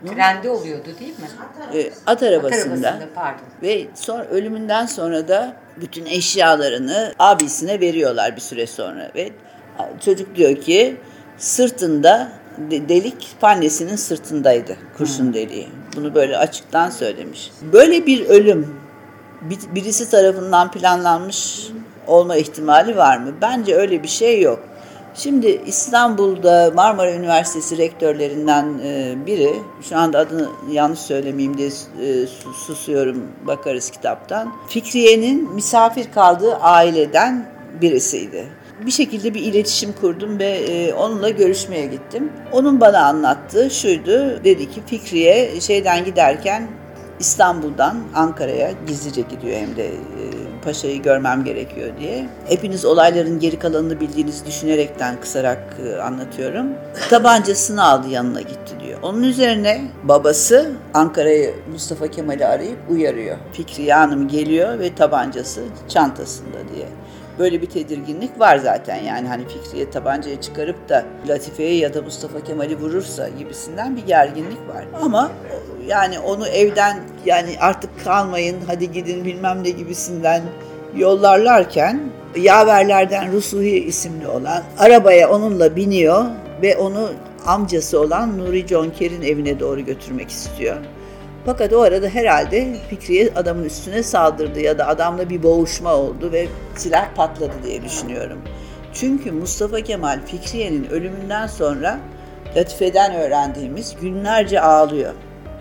Trende oluyordu değil mi? At arabasında. At arabasında, pardon. Ve sonra ölümünden sonra da bütün eşyalarını abisine veriyorlar bir süre sonra. Ve çocuk diyor ki sırtında delik annesinin sırtındaydı. Kurşun deliği. Bunu böyle açıktan söylemiş. Böyle bir ölüm birisi tarafından planlanmış olma ihtimali var mı? Bence öyle bir şey yok. Şimdi İstanbul'da Marmara Üniversitesi rektörlerinden biri, şu anda adını yanlış söylemeyeyim diye susuyorum, bakarız kitaptan. Fikriye'nin misafir kaldığı aileden birisiydi. Bir şekilde bir iletişim kurdum ve onunla görüşmeye gittim. Onun bana anlattığı şuydu, dedi ki Fikriye şeyden giderken İstanbul'dan Ankara'ya gizlice gidiyor, hem de paşayı görmem gerekiyor diye. Hepiniz olayların geri kalanını bildiğinizi düşünerekten kısarak anlatıyorum. Tabancasını aldı, yanına gitti diyor. Onun üzerine babası Ankara'yı, Mustafa Kemal'i arayıp uyarıyor. Fikriye Hanım geliyor ve tabancası çantasında diye. Böyle bir tedirginlik var zaten, yani hani Fikriye tabancayı çıkarıp da Latife'ye ya da Mustafa Kemal'i vurursa gibisinden bir gerginlik var. Ama yani onu evden, yani artık kalmayın hadi gidin bilmem ne gibisinden yollarlarken yaverlerden Rusuhi isimli olan arabaya onunla biniyor ve onu amcası olan Nuri Conker'in evine doğru götürmek istiyor. Fakat o arada herhalde Fikriye adamın üstüne saldırdı ya da adamla bir boğuşma oldu ve silah patladı diye düşünüyorum. Çünkü Mustafa Kemal Fikriye'nin ölümünden sonra Latife'den öğrendiğimiz günlerce ağlıyor.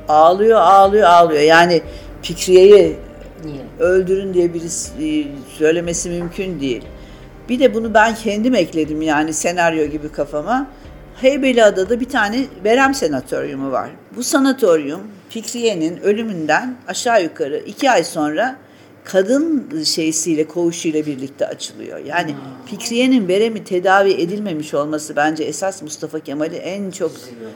Ağlıyor. Yani Fikriye'yi öldürün diye birisi söylemesi mümkün değil. Bir de bunu ben kendim ekledim, yani senaryo gibi kafama. Heybeliada'da bir tane verem sanatoryumu var. Bu sanatoryum Fikriye'nin ölümünden aşağı yukarı 2 ay sonra kadın koğuşuyla birlikte açılıyor. Yani Fikriye'nin veremi tedavi edilmemiş olması bence esas Mustafa Kemal'i en çok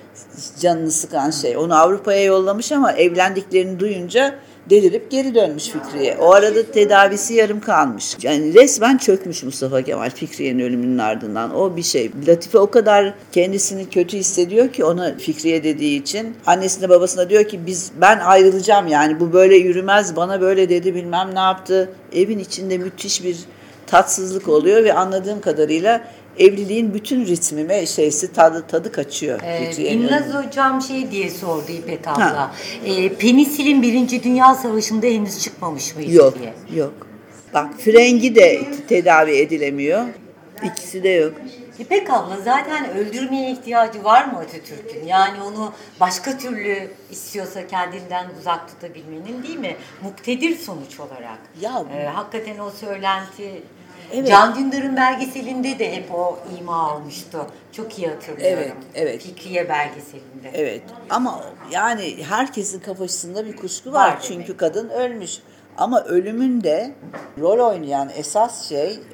canını sıkan şey. Onu Avrupa'ya yollamış ama evlendiklerini duyunca delirip geri dönmüş Fikriye. O arada tedavisi yarım kalmış. Yani resmen çökmüş Mustafa Kemal Fikriye'nin ölümünün ardından. O bir şey. Latife o kadar kendisini kötü hissediyor ki ona Fikriye dediği için. Annesine babasına diyor ki ben ayrılacağım, yani bu böyle yürümez, bana böyle dedi, bilmem ne yaptı. Evin içinde müthiş bir tatsızlık oluyor ve anladığım kadarıyla evliliğin bütün ritmi ve tadı kaçıyor. Binnaz hocam diye sordu İpek abla. Penisilin 1. Dünya Savaşı'nda henüz çıkmamış mıydı diye. Yok. Bak frengi de tedavi edilemiyor. İkisi de yok. İpek abla, zaten öldürmeye ihtiyacı var mı Atatürk'ün? Yani onu başka türlü istiyorsa kendinden uzak tutabilmenin, değil mi? Muktedir sonuç olarak. Hakikaten o söylenti... Evet. Can Dündar'ın belgeselinde de hep o ima olmuştu. Çok iyi hatırlıyorum. Evet. Fikriye belgeselinde. Evet. Ama yani herkesin kafasında bir kuşku var. Çünkü kadın ölmüş. Ama ölümünde rol oynayan esas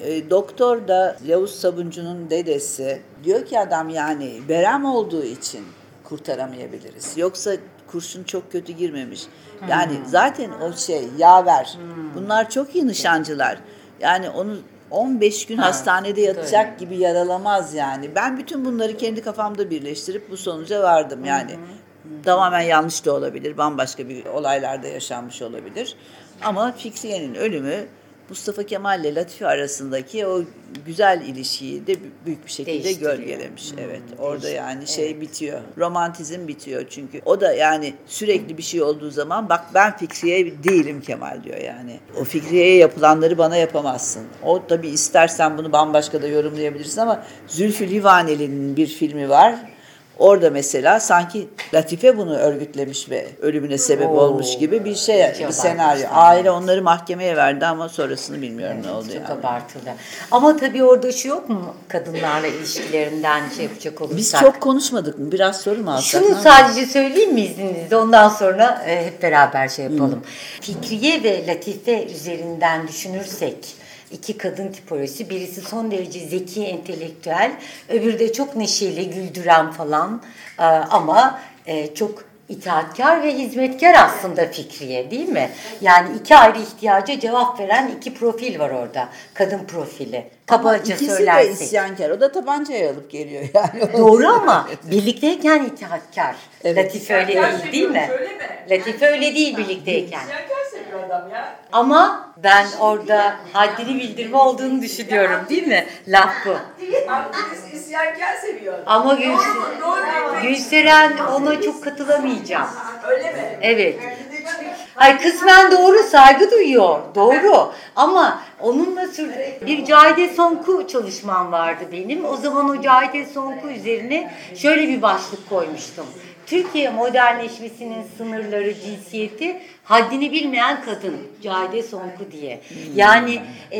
doktor da Yavuz Sabuncu'nun dedesi. Diyor ki adam, yani verem olduğu için kurtaramayabiliriz. Yoksa kurşun çok kötü girmemiş. Yani zaten o yaver. Bunlar çok iyi nişancılar. Yani onu 15 gün hastanede yatacak gibi yaralamaz yani. Ben bütün bunları kendi kafamda birleştirip bu sonuca vardım yani. Tamamen yanlış da olabilir, bambaşka bir olaylarda yaşanmış olabilir. Ama Fikriye'nin ölümü Mustafa Kemal ile Latife arasındaki o güzel ilişkiyi de büyük bir şekilde gölgelemiş. Evet. Orada yani bitiyor. Romantizm bitiyor çünkü. O da yani sürekli bir şey olduğu zaman bak ben Fikriye değilim Kemal diyor yani. O Fikriye'ye yapılanları bana yapamazsın. O tabii istersen bunu bambaşka da yorumlayabilirsin ama Zülfü Livaneli'nin bir filmi var. Orada mesela sanki Latife bunu örgütlemiş ve ölümüne sebep olmuş gibi bir senaryo. Aile onları mahkemeye verdi ama sonrasını bilmiyorum ne oldu çok abartılı. Ama tabii orada yok mu kadınlarla ilişkilerinden yapacak olursak? Biz çok konuşmadık mı? Biraz soru mu alsak? Şunu sadece söyleyeyim mi izninizle? Ondan sonra hep beraber yapalım. Fikriye ve Latife üzerinden düşünürsek, 2 kadın tipolojisi. Birisi son derece zeki, entelektüel. Öbürü de çok neşeli, güldüren falan. Ama çok itaatkar ve hizmetkar aslında Fikriye, değil mi? Yani iki ayrı ihtiyaca cevap veren iki profil var orada. Kadın profili. Kabaca İkisi söylersek. de isyankar. O da tabancayı alıp geliyor yani. Doğru ama birlikteyken itaatkar. Evet. Latife öyle değil mi? Öyle mi? Latife öyle değil birlikteyken. İsyankar seviyor adam ya. Ama ben orada haddini bildirme olduğunu düşünüyorum, değil mi? Laf bu. Aktivist isyankar seviyor adam. Ama Doğru. Gülseren ona çok katılamayacağım. Öyle mi? Evet. Ay kısmen doğru, saygı duyuyor. Doğru. Ama onunla bir Cahide Sonku çalışmam vardı benim. O zaman o Cahide Sonku üzerine şöyle bir başlık koymuştum. Türkiye modernleşmesinin sınırları, cinsiyeti, haddini bilmeyen kadın. Cahide Sonku diye. Yani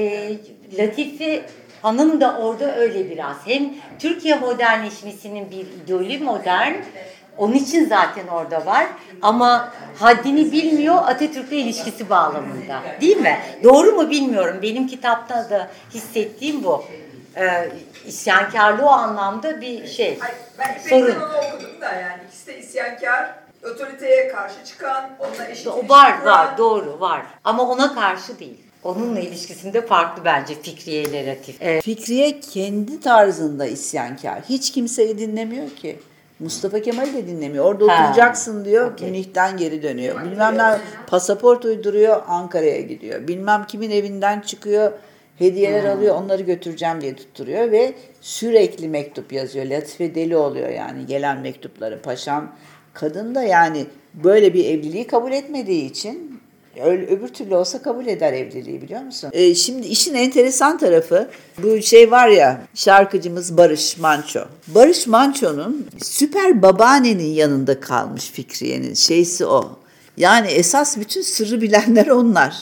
Latife Hanım da orada öyle biraz. Hem Türkiye modernleşmesinin bir idolü modern, onun için zaten orada var. Ama haddini bilmiyor Atatürk'le ilişkisi bağlamında. Değil mi? Doğru mu bilmiyorum. Benim kitapta da hissettiğim bu. İsyankarlığı o anlamda bir şey. Ben sorun. İpek'ten onu okudum da yani. İkisi de isyankar, otoriteye karşı çıkan, onunla eşit ilişki Var kuran. doğru var. Ama ona karşı değil. Onunla ilişkisinde farklı bence Fikriye ile Latif. Fikriye kendi tarzında isyankar. Hiç kimseyi dinlemiyor ki. Mustafa Kemal'i de dinlemiyor. Orada oturacaksın diyor. Okay. Münih'ten geri dönüyor. Bilmem ne pasaport uyduruyor. Ankara'ya gidiyor. Bilmem kimin evinden çıkıyor. Hediyeler alıyor. Onları götüreceğim diye tutturuyor ve sürekli mektup yazıyor. Latife deli oluyor yani gelen mektupları. Paşam kadın da yani böyle bir evliliği kabul etmediği için öbür türlü olsa kabul eder evliliği, biliyor musun? Şimdi işin enteresan tarafı bu şey var ya, şarkıcımız Barış Manço. Barış Manço'nun süper babaannenin yanında kalmış Fikriye'nin şeysi o. Yani esas bütün sırrı bilenler onlar.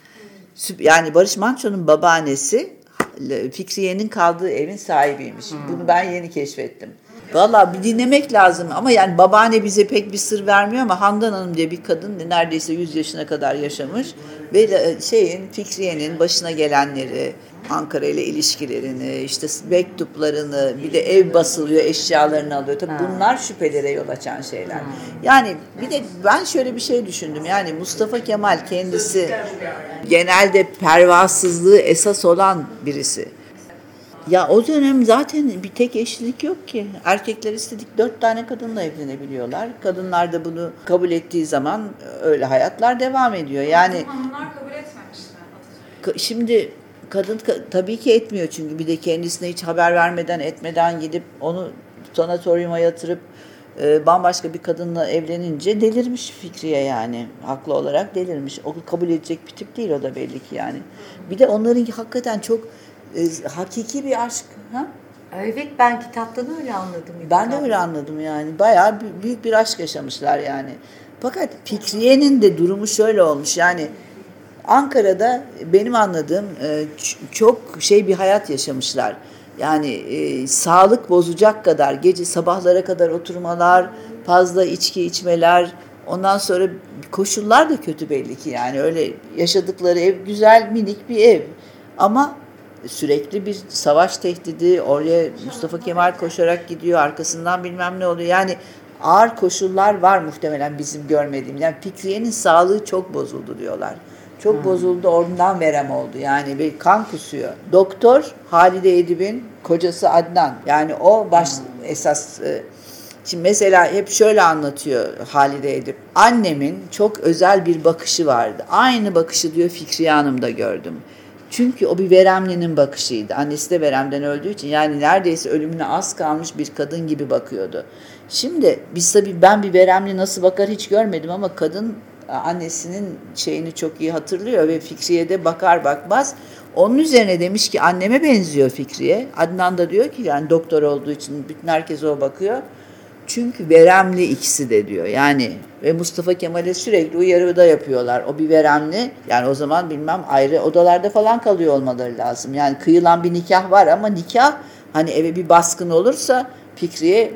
Yani Barış Manço'nun babaannesi Fikriye'nin kaldığı evin sahibiymiş. Bunu ben yeni keşfettim. Valla bir dinlemek lazım ama yani babaanne bize pek bir sır vermiyor ama Handan Hanım diye bir kadın neredeyse 100 yaşına kadar yaşamış ve Fikriye'nin başına gelenleri, Ankara ile ilişkilerini, işte mektuplarını, bir de ev basılıyor, eşyalarını alıyor. Tabii bunlar şüphelere yol açan şeyler. Yani bir de ben şöyle bir şey düşündüm. Yani Mustafa Kemal kendisi genelde pervasızlığı esas olan birisi. Ya o dönem zaten bir tek eşlilik yok ki. Erkekler istedik 4 tane kadınla evlenebiliyorlar. Kadınlar da bunu kabul ettiği zaman öyle hayatlar devam ediyor. Yani Hanımlar kabul etmemişti. şimdi kadın tabii ki etmiyor çünkü bir de kendisine hiç haber vermeden etmeden gidip onu sanatoryuma yatırıp bambaşka bir kadınla evlenince delirmiş Fikriye yani. Haklı olarak delirmiş. O kabul edecek bir tip değil o da belli ki yani. Bir de onların hakikaten çok hakiki bir aşk. Ha? Evet, ben kitaptan öyle anladım. Ben de öyle anladım yani. Bayağı büyük bir aşk yaşamışlar yani. Fakat Fikriye'nin de durumu şöyle olmuş yani Ankara'da benim anladığım çok bir hayat yaşamışlar. Yani sağlık bozacak kadar gece sabahlara kadar oturmalar, fazla içki içmeler, ondan sonra koşullar da kötü belli ki yani öyle yaşadıkları ev güzel minik bir ev ama sürekli bir savaş tehdidi, oraya Mustafa Kemal koşarak gidiyor, arkasından bilmem ne oluyor. Yani ağır koşullar var muhtemelen bizim görmediğimiz. Yani Fikriye'nin sağlığı çok bozuldu diyorlar. Çok bozuldu, ondan verem oldu. Yani bir kan kusuyor. Doktor Halide Edip'in kocası Adnan. Yani o esas. Şimdi mesela hep şöyle anlatıyor Halide Edip. Annemin çok özel bir bakışı vardı. Aynı bakışı diyor Fikriye Hanım'da gördüm. Çünkü o bir veremlinin bakışıydı. Annesi de veremden öldüğü için yani neredeyse ölümüne az kalmış bir kadın gibi bakıyordu. Şimdi biz tabii ben bir veremli nasıl bakar hiç görmedim ama kadın annesinin şeyini çok iyi hatırlıyor ve Fikriye de bakar bakmaz. Onun üzerine demiş ki anneme benziyor Fikriye. Adnan da diyor ki yani doktor olduğu için bütün herkes o bakıyor. Çünkü veremli ikisi de diyor. Yani ve Mustafa Kemal'e sürekli uyarıda yapıyorlar. O bir veremli. Yani o zaman bilmem ayrı odalarda falan kalıyor olmaları lazım. Yani kıyılan bir nikah var ama nikah hani eve bir baskın olursa Fikriye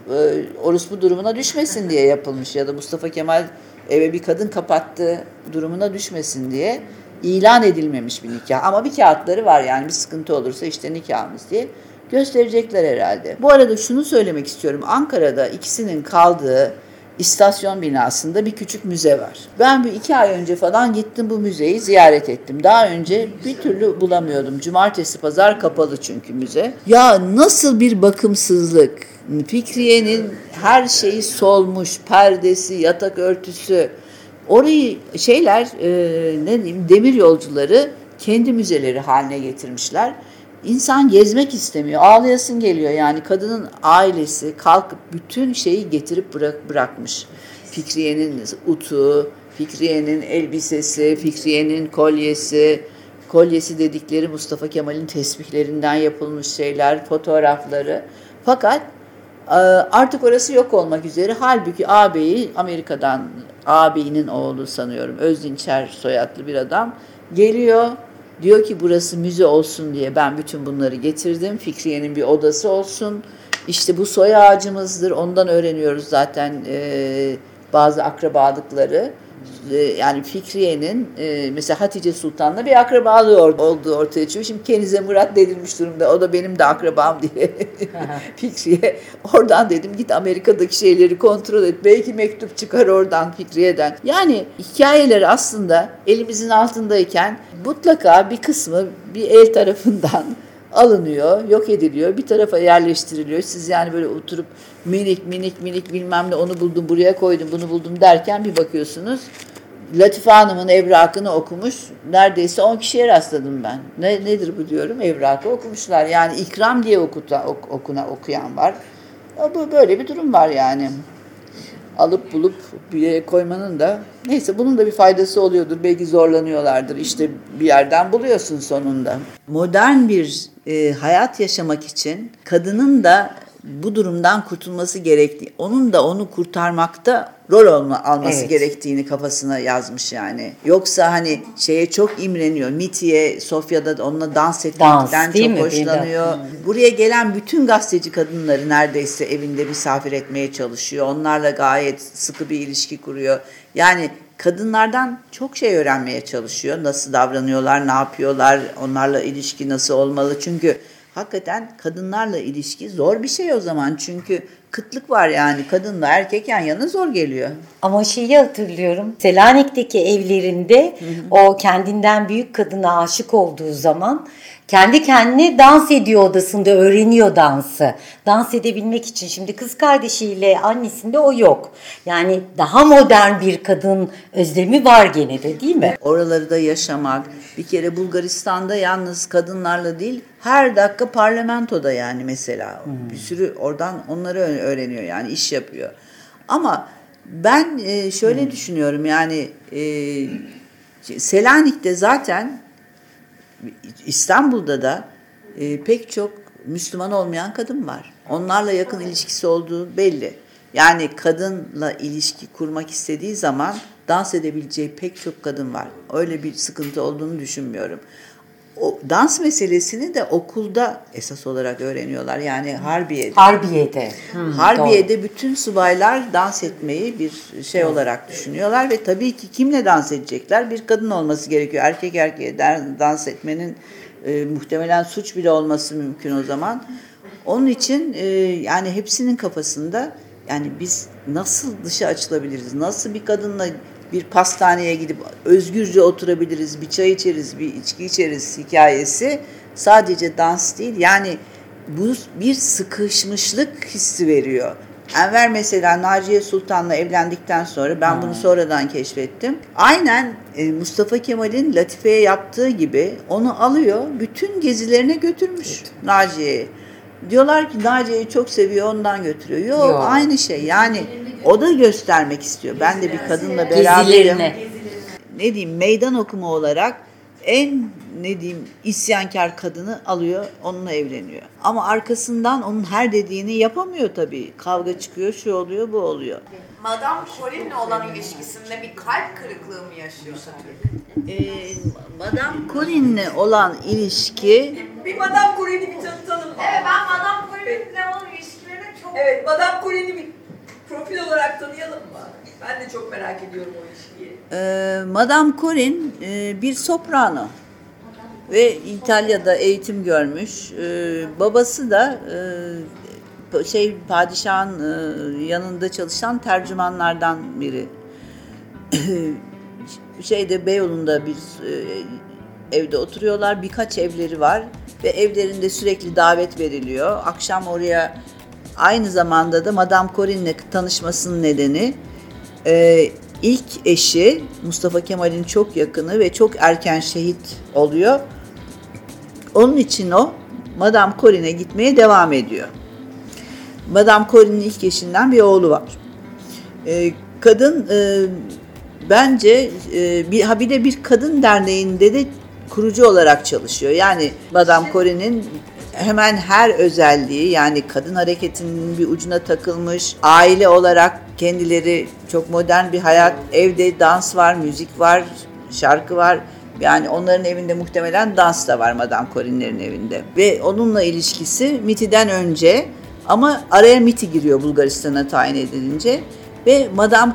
orospu durumuna düşmesin diye yapılmış. Ya da Mustafa Kemal eve bir kadın kapattı durumuna düşmesin diye ilan edilmemiş bir nikah. Ama bir kağıtları var yani bir sıkıntı olursa işte nikahımız diye gösterecekler herhalde. Bu arada şunu söylemek istiyorum. Ankara'da ikisinin kaldığı istasyon binasında bir küçük müze var. Ben bir 2 ay önce falan gittim, bu müzeyi ziyaret ettim. Daha önce bir türlü bulamıyordum. Cumartesi pazar kapalı çünkü müze. Ya nasıl bir bakımsızlık. Fikriye'nin her şeyi solmuş, perdesi, yatak örtüsü. Orayı ne diyeyim, demir yolcuları kendi müzeleri haline getirmişler. İnsan gezmek istemiyor, ağlayasın geliyor. Yani kadının ailesi kalkıp bütün şeyi getirip bırakmış. Fikriye'nin utu, Fikriye'nin elbisesi, Fikriye'nin kolyesi dedikleri Mustafa Kemal'in tesbihlerinden yapılmış şeyler, fotoğrafları. Fakat artık orası yok olmak üzere. Halbuki Amerika'dan, ağabeyinin oğlu sanıyorum, Özdinçer soyadlı bir adam geliyor. Diyor ki burası müze olsun diye ben bütün bunları getirdim. Fikriye'nin bir odası olsun. İşte bu soy ağacımızdır. Ondan öğreniyoruz zaten bazı akrabalıkları. Yani Fikriye'nin mesela Hatice Sultan'la bir akrabalığı olduğu ortaya çıkıyor. Şimdi Kenize Murat denilmiş durumda. O da benim de akrabam diye Fikriye. Oradan dedim git Amerika'daki şeyleri kontrol et. Belki mektup çıkar oradan Fikriye'den. Yani hikayeler aslında elimizin altındayken mutlaka bir kısmı bir el tarafından alınıyor, yok ediliyor, bir tarafa yerleştiriliyor. Siz yani böyle oturup minik bilmem ne onu buldum, buraya koydum, bunu buldum derken bir bakıyorsunuz. Latife Hanım'ın evrakını okumuş. Neredeyse 10 kişiye rastladım ben. Nedir bu diyorum? Evrakı okumuşlar. Yani ikram diye okuyan var. Böyle bir durum var yani. Alıp bulup bir yere koymanın da neyse bunun da bir faydası oluyordur. Belki zorlanıyorlardır. İşte bir yerden buluyorsun sonunda. Modern bir hayat yaşamak için kadının da bu durumdan kurtulması gerektiği, onun da onu kurtarmakta rol alması gerektiğini kafasına yazmış yani. Yoksa hani çok imreniyor. Mitiye, Sofya'da onunla dans etmekten çok hoşlanıyor. Buraya gelen bütün gazeteci kadınları neredeyse evinde misafir etmeye çalışıyor. Onlarla gayet sıkı bir ilişki kuruyor. Yani kadınlardan çok şey öğrenmeye çalışıyor. Nasıl davranıyorlar, ne yapıyorlar, onlarla ilişki nasıl olmalı? Çünkü hakikaten kadınlarla ilişki zor bir şey o zaman. Çünkü kıtlık var yani. Kadınla erkek yan yana zor geliyor. Ama şeyi hatırlıyorum. Selanik'teki evlerinde o kendinden büyük kadına aşık olduğu zaman kendi kendine dans ediyor odasında, öğreniyor dansı. Dans edebilmek için. Şimdi kız kardeşiyle annesinde o yok. Yani daha modern bir kadın özlemi var gene de, değil mi? Oraları da yaşamak. Bir kere Bulgaristan'da yalnız kadınlarla değil, her dakika parlamentoda yani mesela. Bir sürü oradan onları öğreniyor yani, iş yapıyor. Ama ben şöyle düşünüyorum yani Selanik'te zaten, İstanbul'da da pek çok Müslüman olmayan kadın var. Onlarla yakın ilişkisi olduğu belli. Yani kadınla ilişki kurmak istediği zaman dans edebileceği pek çok kadın var. Öyle bir sıkıntı olduğunu düşünmüyorum. O dans meselesini de okulda esas olarak öğreniyorlar. Yani Harbiye'de. Harbiye'de bütün subaylar dans etmeyi bir şey olarak düşünüyorlar ve tabii ki kimle dans edecekler? Bir kadın olması gerekiyor. Erkek erkeğe dans etmenin muhtemelen suç bile olması mümkün o zaman. Onun için yani hepsinin kafasında yani biz nasıl dışa açılabiliriz? Nasıl bir kadınla bir pastaneye gidip özgürce oturabiliriz, bir çay içeriz, bir içki içeriz hikayesi sadece dans değil. Yani bu bir sıkışmışlık hissi veriyor. Enver mesela Naciye Sultan'la evlendikten sonra ben bunu sonradan keşfettim. Aynen Mustafa Kemal'in Latife'ye yaptığı gibi onu alıyor, bütün gezilerine götürmüş Naciye'yi. Diyorlar ki Naciye'yi çok seviyor, ondan götürüyor. Yok, aynı şey. Yani o da göstermek istiyor. Ben de bir kadınla beraberim. Ne diyeyim, meydan okuma olarak en isyankar kadını alıyor, onunla evleniyor. Ama arkasından onun her dediğini yapamıyor tabii. Kavga çıkıyor, şu oluyor, bu oluyor. Madame Corinne'le olan ilişkisinde bir kalp kırıklığı mı yaşıyor Satürn? Madame Corinne'le olan ilişki... Bir Madame Corinne'i bir tanıtalım. Evet, ben Madame Corinne'le olan ilişkilerine çok... Evet, Madame Corinne'i bir profil olarak tanıyalım mı? Ben de çok merak ediyorum o ilişkiyi. Madame Corinne bir soprano ve İtalya'da eğitim görmüş. Babası da padişahın yanında çalışan tercümanlardan biri. Beyoğlu'nda bir evde oturuyorlar. Birkaç evleri var ve evlerinde sürekli davet veriliyor. Akşam oraya aynı zamanda da Madame Corinne'le tanışmasının nedeni ilk eşi Mustafa Kemal'in çok yakını ve çok erken şehit oluyor. Onun için o Madame Corinne'e gitmeye devam ediyor. Madame Corinne'in ilk eşinden bir oğlu var. Kadın bence bir de bir kadın derneğinde de kurucu olarak çalışıyor. Yani Madame Corinne'in hemen her özelliği, yani kadın hareketinin bir ucuna takılmış, aile olarak kendileri çok modern bir hayat, evde dans var, müzik var, şarkı var. Yani onların evinde muhtemelen dans da var Madame Corinne'lerin evinde. Ve onunla ilişkisi MIT'den önce, ama araya MIT giriyor Bulgaristan'a tayin edilince. Ve Madame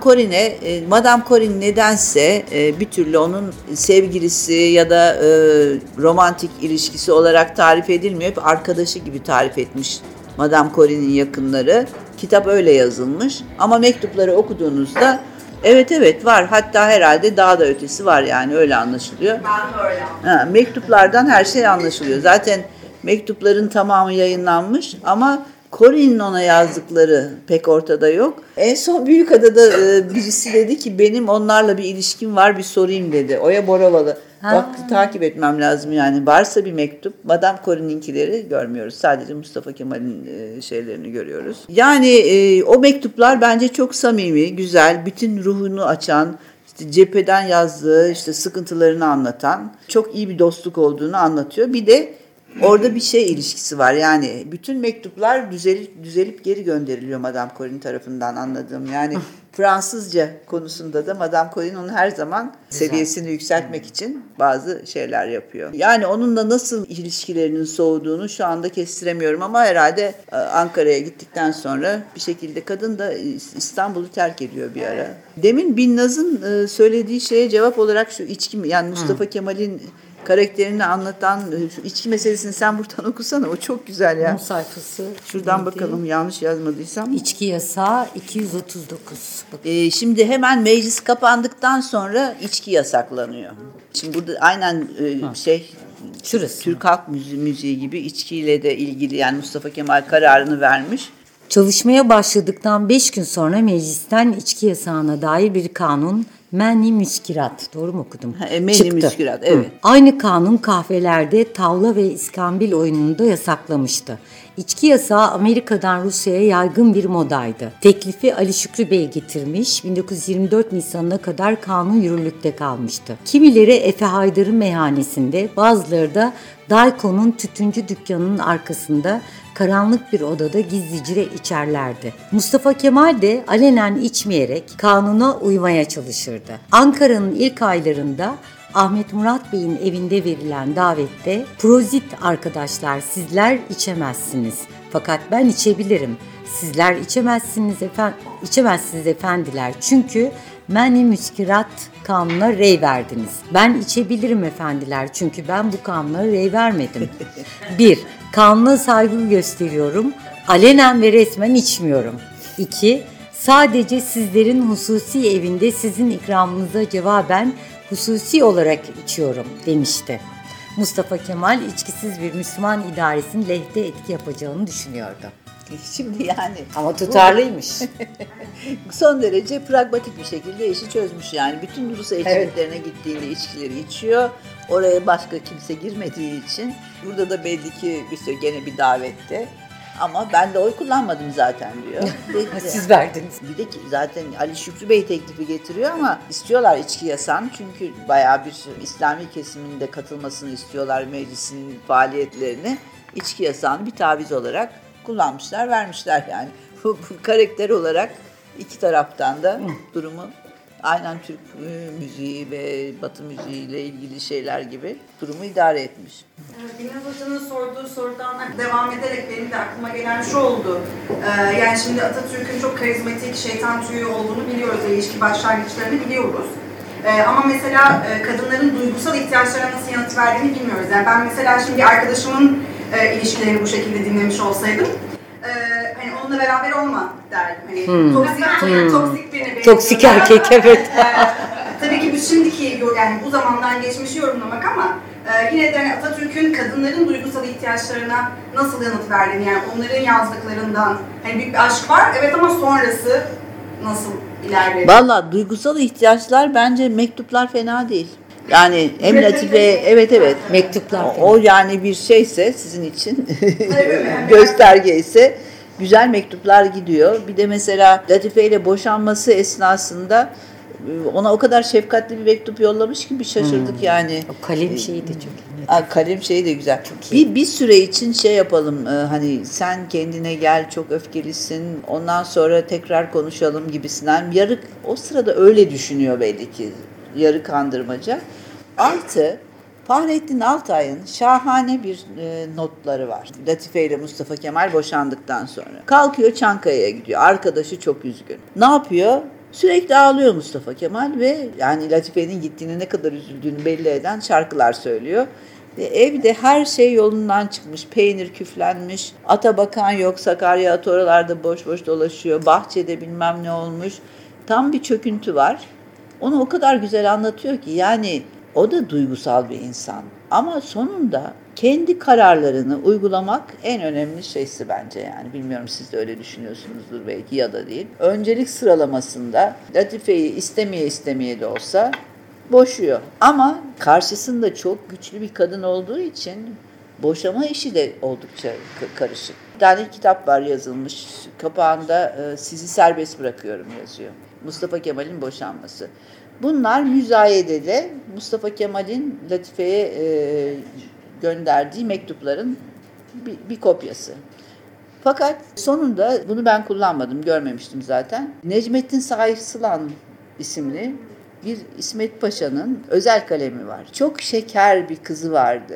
Corinne nedense bir türlü onun sevgilisi ya da romantik ilişkisi olarak tarif edilmiyor. Hep arkadaşı gibi tarif etmiş Madame Corinne'in yakınları. Kitap öyle yazılmış. Ama mektupları okuduğunuzda evet var. Hatta herhalde daha da ötesi var, yani öyle anlaşılıyor. Ben de öyle. Mektuplardan her şey anlaşılıyor. Zaten mektupların tamamı yayınlanmış ama Corinne'in ona yazdıkları pek ortada yok. En son Büyükada'da birisi dedi ki benim onlarla bir ilişkim var, bir sorayım dedi. Oya Boravalı. Bak, takip etmem lazım yani. Varsa bir mektup. Madame Corinne'inkileri görmüyoruz. Sadece Mustafa Kemal'in şeylerini görüyoruz. Yani o mektuplar bence çok samimi, güzel, bütün ruhunu açan, cepheden yazdığı sıkıntılarını anlatan, çok iyi bir dostluk olduğunu anlatıyor. Bir de orada bir ilişkisi var. Yani bütün mektuplar düzelip geri gönderiliyor Madame Corinne tarafından, anladığım. Yani Fransızca konusunda da Madame Corinne onun her zaman seviyesini yükseltmek için bazı şeyler yapıyor. Yani onunla nasıl ilişkilerinin soğuduğunu şu anda kestiremiyorum ama herhalde Ankara'ya gittikten sonra bir şekilde kadın da İstanbul'u terk ediyor bir ara. Demin Binnaz'ın söylediği şeye cevap olarak şu içki, yani Mustafa Kemal'in karakterini anlatan şu içki meselesini sen buradan okusana. O çok güzel ya. 10 sayfası. Şuradan neydi? bakalım, yanlış yazmadıysam. İçki yasağı 239. Şimdi hemen meclis kapandıktan sonra içki yasaklanıyor. Şimdi burada aynen Şurası. Türk halk müziği gibi içkiyle de ilgili, yani Mustafa Kemal kararını vermiş. Çalışmaya başladıktan 5 gün sonra meclisten içki yasağına dair bir kanun, Menni Müskirat, doğru mu okudum? Menni Müskirat, evet. Aynı kanun kahvelerde tavla ve iskambil oyununu da yasaklamıştı. İçki yasağı Amerika'dan Rusya'ya yaygın bir modaydı. Teklifi Ali Şükrü Bey getirmiş, 1924 Nisan'ına kadar kanun yürürlükte kalmıştı. Kimileri Efe Haydar'ın meyhanesinde, bazıları da Dayko'nun tütüncü dükkanının arkasında karanlık bir odada gizlice içerlerdi. Mustafa Kemal de alenen içmeyerek kanuna uymaya çalışırdı. Ankara'nın ilk aylarında Ahmet Murat Bey'in evinde verilen davette "Prozit arkadaşlar, sizler içemezsiniz. Fakat ben içebilirim. Sizler içemezsiniz efendiler. Çünkü Menni Müskirat kanuna rey verdiniz. Ben içebilirim efendiler. Çünkü ben bu kanuna rey vermedim. 1. Kanuna saygı gösteriyorum. Alenen ve resmen içmiyorum. 2. Sadece sizlerin hususi evinde sizin ikramınıza cevaben hususi olarak içiyorum demişti. Mustafa Kemal içkisiz bir Müslüman idaresinin lehte etki yapacağını düşünüyordu. Şimdi yani. Ama tutarlıymış. Son derece pragmatik bir şekilde işi çözmüş yani. Bütün Rus elçiliklerine gittiğinde içkileri içiyor. Oraya başka kimse girmediği için. Burada da belli ki gene bir davette. Ama ben de oy kullanmadım zaten diyor. Siz verdiniz. Bir de ki zaten Ali Şükrü Bey teklifi getiriyor ama istiyorlar içki yasağını. Çünkü bayağı bir İslami kesimin de katılmasını istiyorlar meclisin faaliyetlerine. İçki yasağını bir taviz olarak kullanmışlar, vermişler yani. Bu karakter olarak iki taraftan da durumu aynen Türk müziği ve Batı müziğiyle ilgili şeyler gibi durumu idare etmiş. Binnaz Hoca'nın sorduğu sorudan devam ederek benim de aklıma gelen şu oldu. Yani şimdi Atatürk'ün çok karizmatik, şeytan tüyü olduğunu biliyoruz ve ilişki başlangıçlarını biliyoruz. Ama mesela kadınların duygusal ihtiyaçlarına nasıl yanıt verdiğini bilmiyoruz. Yani ben mesela şimdi bir arkadaşımın ilişkilerini bu şekilde dinlemiş olsaydım hani onunla beraber olma derdim. Hani toksik birini Toksik erkek, evet. Tabii ki biz şimdiki yani bu zamandan geçmişi yorumlamak ama yine de hani Atatürk'ün kadınların duygusal ihtiyaçlarına nasıl yanıt verdiğini, yani onların yazdıklarından hani büyük bir aşk var evet ama sonrası nasıl ilerledi? Valla duygusal ihtiyaçlar bence mektuplar fena değil. Yani hem Latife evet Mektuplar. o yani bir şeyse sizin için gösterge ise güzel mektuplar gidiyor. Bir de mesela Latife ile boşanması esnasında ona o kadar şefkatli bir mektup yollamış ki bir şaşırdık yani. O kalem şeyi de çok iyi. Kalem şeyi de güzel. Bir süre için şey yapalım, hani sen kendine gel, çok öfkelisin, ondan sonra tekrar konuşalım gibisinden. Yarı o sırada öyle düşünüyor belli ki, yarı kandırmaca. Artı Fahrettin Altay'ın şahane bir notları var. Latife ile Mustafa Kemal boşandıktan sonra. Kalkıyor Çankaya'ya gidiyor. Arkadaşı çok üzgün. Ne yapıyor? Sürekli ağlıyor Mustafa Kemal ve yani Latife'nin gittiğine ne kadar üzüldüğünü belli eden şarkılar söylüyor. Ve evde her şey yolundan çıkmış. Peynir küflenmiş. Ata bakan yok. Sakarya atı oralarda boş boş dolaşıyor. Bahçede bilmem ne olmuş. Tam bir çöküntü var. Onu o kadar güzel anlatıyor ki yani o da duygusal bir insan. Ama sonunda kendi kararlarını uygulamak en önemli şeysi bence yani. Bilmiyorum siz de öyle düşünüyorsunuzdur belki ya da değil. Öncelik sıralamasında Latife'yi istemeye de olsa boşuyor. Ama karşısında çok güçlü bir kadın olduğu için boşama işi de oldukça karışık. Bir tane kitap var yazılmış. Kapağında sizi serbest bırakıyorum yazıyor. Mustafa Kemal'in boşanması. Bunlar müzayedede Mustafa Kemal'in Latife'ye gönderdiği mektupların bir kopyası. Fakat sonunda bunu ben kullanmadım, görmemiştim zaten. Necmettin Sayısılan isimli bir İsmet Paşa'nın özel kalemi var. Çok şeker bir kızı vardı.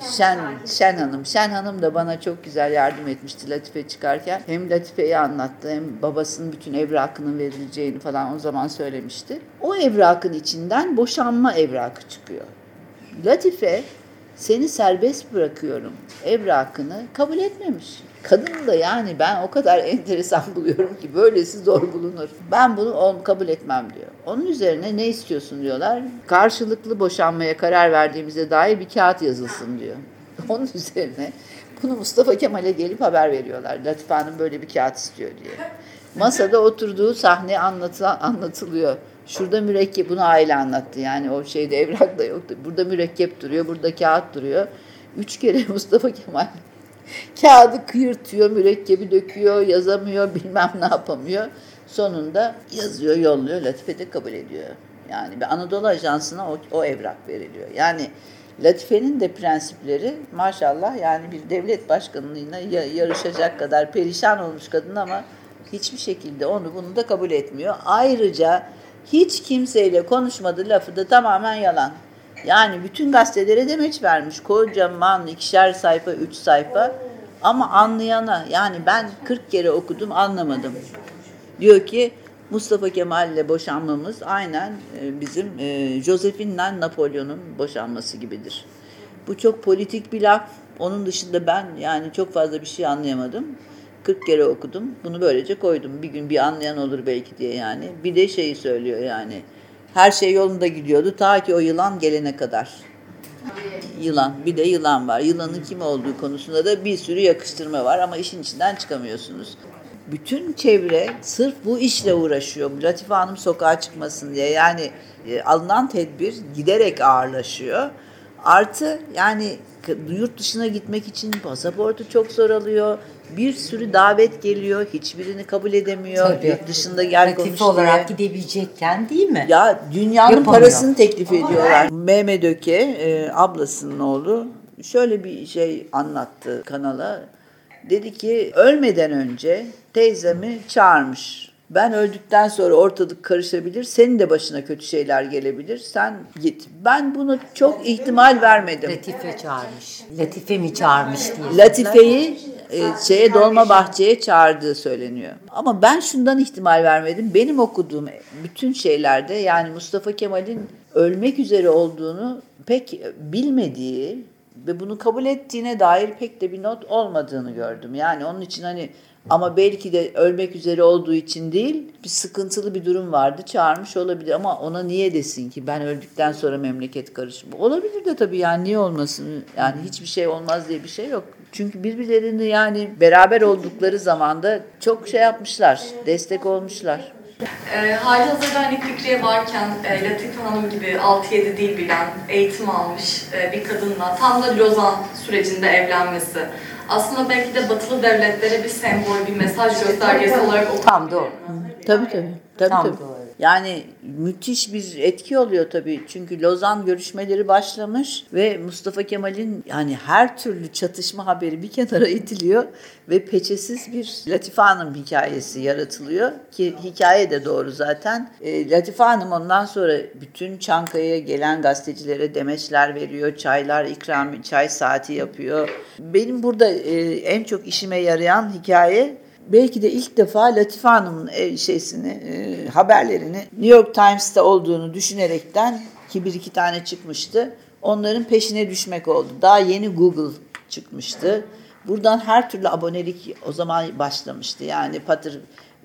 Şen Hanım. Şen Hanım da bana çok güzel yardım etmişti Latife çıkarken. Hem Latife'yi anlattı hem babasının bütün evrakının verileceğini falan o zaman söylemişti. O evrakın içinden boşanma evrakı çıkıyor. Latife seni serbest bırakıyorum evrakını kabul etmemiş. Kadın da yani ben o kadar enteresan buluyorum ki böylesi zor bulunur. Ben bunu kabul etmem diyor. Onun üzerine ne istiyorsun diyorlar. Karşılıklı boşanmaya karar verdiğimize dair bir kağıt yazılsın diyor. Onun üzerine bunu Mustafa Kemal'e gelip haber veriyorlar. Latife Hanım böyle bir kağıt istiyor diye. Masada oturduğu sahne anlatılıyor. Şurada mürekkep, bunu aile anlattı. Yani o şeyde evrakta yoktu. Burada mürekkep duruyor, burada kağıt duruyor. 3 kere Mustafa Kemal kağıdı kıyırtıyor, mürekkebi döküyor, yazamıyor, bilmem ne yapamıyor. Sonunda yazıyor, yolluyor, Latife de kabul ediyor. Yani bir Anadolu Ajansı'na o evrak veriliyor. Yani Latife'nin de prensipleri maşallah yani bir devlet başkanlığına yarışacak kadar perişan olmuş kadın ama hiçbir şekilde onu bunu da kabul etmiyor. Ayrıca hiç kimseyle konuşmadığı lafı da tamamen yalan. Yani bütün gazetelere demeç vermiş. Kocaman 2'şer sayfa, 3 sayfa. Ama anlayana yani ben 40 kere okudum anlamadım. Diyor ki Mustafa Kemal'le boşanmamız aynen bizim Josephine'le Napolyon'un boşanması gibidir. Bu çok politik bir laf. Onun dışında ben yani çok fazla bir şey anlayamadım. 40 kere okudum. Bunu böylece koydum. Bir gün bir anlayan olur belki diye yani. Bir de şeyi söylüyor yani. Her şey yolunda gidiyordu ta ki o yılan gelene kadar. Yılan. Bir de yılan var. Yılanın kim olduğu konusunda da bir sürü yakıştırma var ama işin içinden çıkamıyorsunuz. Bütün çevre sırf bu işle uğraşıyor. Latife Hanım sokağa çıkmasın diye. Yani alınan tedbir giderek ağırlaşıyor. Artı yani yurt dışına gitmek için pasaportu çok zor alıyor. Bir sürü davet geliyor. Hiçbirini kabul edemiyor. Tabii. Yurt dışında gel konuş diye. olarak gidebilecekken değil mi? Ya dünyanın yapamıyor. Parasını teklif ediyorlar. Mehmet Öke, ablasının oğlu şöyle bir şey anlattı kanala. Dedi ki ölmeden önce teyzemi çağırmış. Ben öldükten sonra ortalık karışabilir. Senin de başına kötü şeyler gelebilir. Sen git. Ben bunu çok ihtimal vermedim. Latife çağırmış. Latife mi çağırmış diye. Latife'yi Dolmabahçe'ye çağırdığı söyleniyor. Ama ben şundan ihtimal vermedim. Benim okuduğum bütün şeylerde yani Mustafa Kemal'in ölmek üzere olduğunu pek bilmediği Ve bunu kabul ettiğine dair pek de bir not olmadığını gördüm. Yani onun için hani ama belki de ölmek üzere olduğu için değil, bir sıkıntılı bir durum vardı, çağırmış olabilir ama ona niye desin ki ben öldükten sonra memleket karışımı? Olabilir de tabii, yani niye olmasın? Yani hiçbir şey olmaz diye bir şey yok. Çünkü birbirlerini, yani beraber oldukları zamanda çok şey yapmışlar, destek olmuşlar. Halihazırda hani Fikriye varken Latife Hanım gibi 6-7 dil bilen, eğitim almış bir kadınla tam da Lozan sürecinde evlenmesi aslında belki de batılı devletlere bir sembol, bir mesaj göstergesi olarak okunabilir. Tam doğru. Tabii. Tam doğru. Yani müthiş bir etki oluyor tabii. Çünkü Lozan görüşmeleri başlamış ve Mustafa Kemal'in yani her türlü çatışma haberi bir kenara itiliyor ve peçesiz bir Latife Hanım hikayesi yaratılıyor ki hikaye de doğru zaten. Latife Hanım ondan sonra bütün Çankaya'ya gelen gazetecilere demeçler veriyor, çaylar ikram, çay saati yapıyor. Benim burada en çok işime yarayan hikaye, belki de ilk defa Latife Hanım'ın haberlerini New York Times'ta olduğunu düşünerekten, ki bir iki tane çıkmıştı, onların peşine düşmek oldu. Daha yeni Google çıkmıştı. Buradan her türlü abonelik o zaman başlamıştı. Yani patır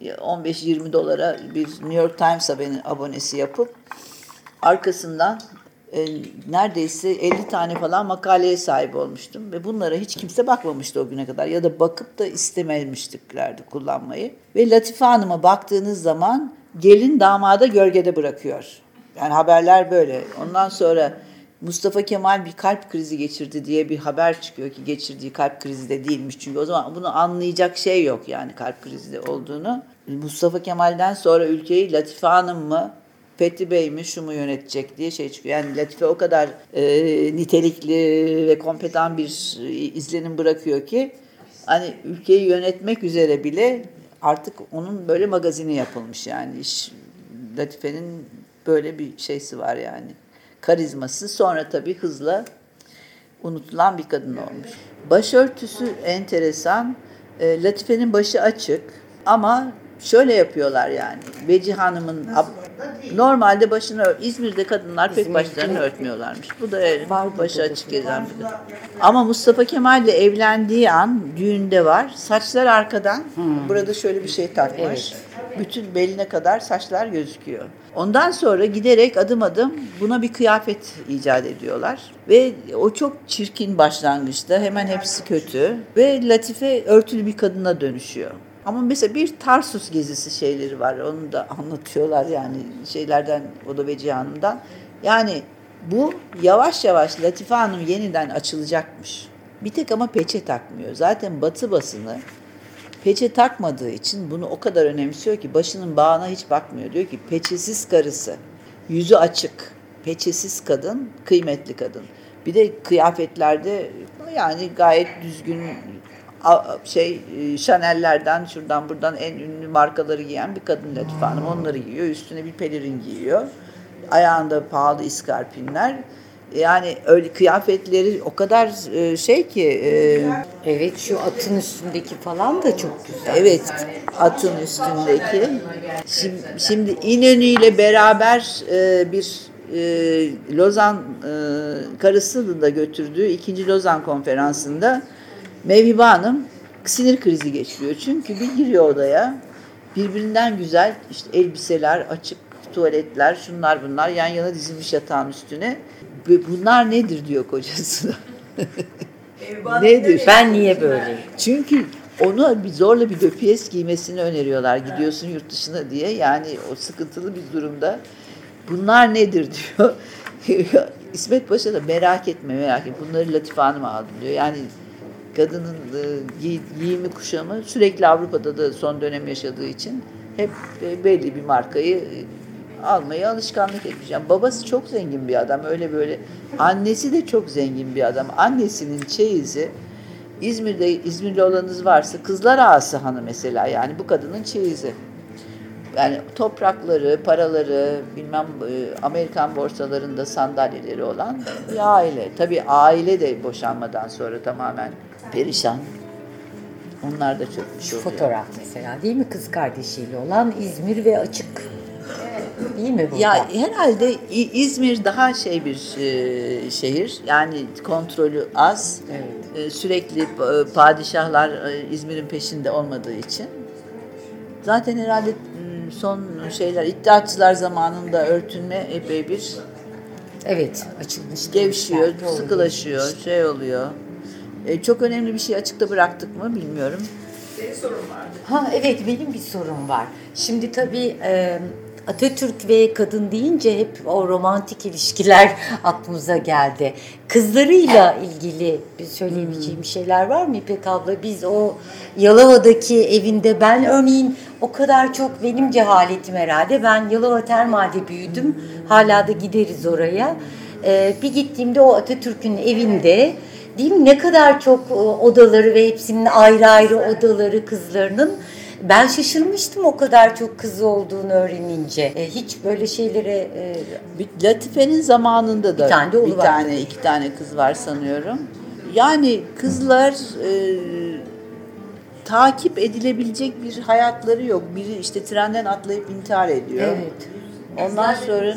$15-20 bir New York Times abonesi yapıp arkasından neredeyse 50 tane falan makaleye sahip olmuştum ve bunlara hiç kimse bakmamıştı o güne kadar ya da bakıp da istememiştiklerdi kullanmayı. Ve Latife Hanım'a baktığınız zaman gelin damada gölgede bırakıyor. Yani haberler böyle. Ondan sonra Mustafa Kemal bir kalp krizi geçirdi diye bir haber çıkıyor ki geçirdiği kalp krizi de değilmiş. Çünkü o zaman bunu anlayacak şey yok yani kalp krizi de olduğunu. Mustafa Kemal'den sonra ülkeyi Latife Hanım mı, Fethi Bey mi şu mu yönetecek diye şey çıkıyor. Yani Latife o kadar nitelikli ve kompetan bir izlenim bırakıyor ki hani ülkeyi yönetmek üzere bile artık onun böyle magazini yapılmış yani. Latife'nin böyle bir şeysi var yani. Karizması. Sonra tabii hızla unutulan bir kadın olmuş. Başörtüsü enteresan. Latife'nin başı açık ama şöyle yapıyorlar yani. Beci Hanım'ın normalde başını İzmir'de kadınlar pek başlarını örtmüyorlarmış. Bu da başı açık gezen biri. Ama Mustafa Kemal'le evlendiği an düğünde var. Saçlar arkadan. Burada şöyle bir şey takmış. Evet. Bütün beline kadar saçlar gözüküyor. Ondan sonra giderek adım adım buna bir kıyafet icat ediyorlar. Ve o çok çirkin başlangıçta. Hemen hepsi kötü. Ve Latife örtülü bir kadına dönüşüyor. Ama mesela bir Tarsus gezisi şeyleri var. Onu da anlatıyorlar yani şeylerden, o da Beci Hanım'dan. Yani bu yavaş yavaş Latife Hanım yeniden açılacakmış. Bir tek ama peçe takmıyor. Zaten Batı basını peçe takmadığı için bunu o kadar önemsiyor ki başının bağına hiç bakmıyor. Diyor ki peçesiz karısı, yüzü açık, peçesiz kadın, kıymetli kadın. Bir de kıyafetlerde yani gayet düzgün Chanel'lerden şuradan buradan en ünlü markaları giyen bir kadın Latife Hanım. Onları giyiyor. Üstüne bir pelerin giyiyor. Ayağında pahalı iskarpinler. Yani öyle kıyafetleri o kadar şey ki. Evet, şu atın üstündeki falan da çok güzel. Evet, atın üstündeki. Şimdi İnönü ile beraber bir Lozan karısını da götürdüğü 2. Lozan konferansında Mevhibe Hanım sinir krizi geçiriyor. Çünkü bir giriyor odaya, birbirinden güzel işte elbiseler, açık tuvaletler, şunlar bunlar yan yana dizilmiş yatağın üstüne. Bunlar nedir diyor kocasına. Nedir? Ben niye böyle? Çünkü onu zorla bir döpiyes giymesini öneriyorlar. Gidiyorsun yurt dışına diye. Yani o sıkıntılı bir durumda. Bunlar nedir diyor. İsmet Paşa da merak etme. Bunları Latife Hanım'a aldım diyor. Yani kadının giyimi kuşamı sürekli Avrupa'da da son dönem yaşadığı için hep belli bir markayı almayı alışkanlık etmiş. Yani babası çok zengin bir adam, öyle böyle. Annesi de çok zengin bir adam. Annesinin çeyizi, İzmirli olanınız varsa Kızlar Ağası Hanı mesela, yani bu kadının çeyizi. Yani toprakları, paraları, bilmem Amerikan borsalarında sandalyeleri olan bir aile. Tabii aile de boşanmadan sonra tamamen perişan. Onlar da çökmüş oluyor. Fotoğraf mesela değil mi? Kız kardeşiyle olan İzmir ve açık. Değil mi burada? Ya herhalde İzmir daha şey bir şehir. Yani kontrolü az. Evet. Sürekli padişahlar İzmir'in peşinde olmadığı için. Zaten herhalde son şeyler İttihatçılar zamanında örtünme epey bir Evet, açılmış. gevşiyor, Doğru, sıkılaşıyor, şey oluyor. Çok önemli bir şey açıkta bıraktık mı bilmiyorum. Senin sorun vardı. Ha evet, benim bir sorum var. Şimdi tabii Atatürk ve kadın deyince hep o romantik ilişkiler aklımıza geldi. Kızlarıyla ilgili söyleyebileceğim şeyler var mı İpek abla? Biz o Yalova'daki evinde, ben örneğin o kadar çok, benim cehaletim herhalde. Ben Yalova Termal'de büyüdüm. Hala da gideriz oraya. Bir gittiğimde o Atatürk'ün evinde, değil mi, ne kadar çok odaları ve hepsinin ayrı ayrı odaları kızlarının. Ben şaşırmıştım o kadar çok kızı olduğunu öğrenince. Hiç böyle şeylere... Latife'nin zamanında da Bir tane de oğlu var. iki tane kız var sanıyorum. Yani kızlar takip edilebilecek bir hayatları yok. Biri işte trenden atlayıp intihar ediyor. Evet. Ondan sonra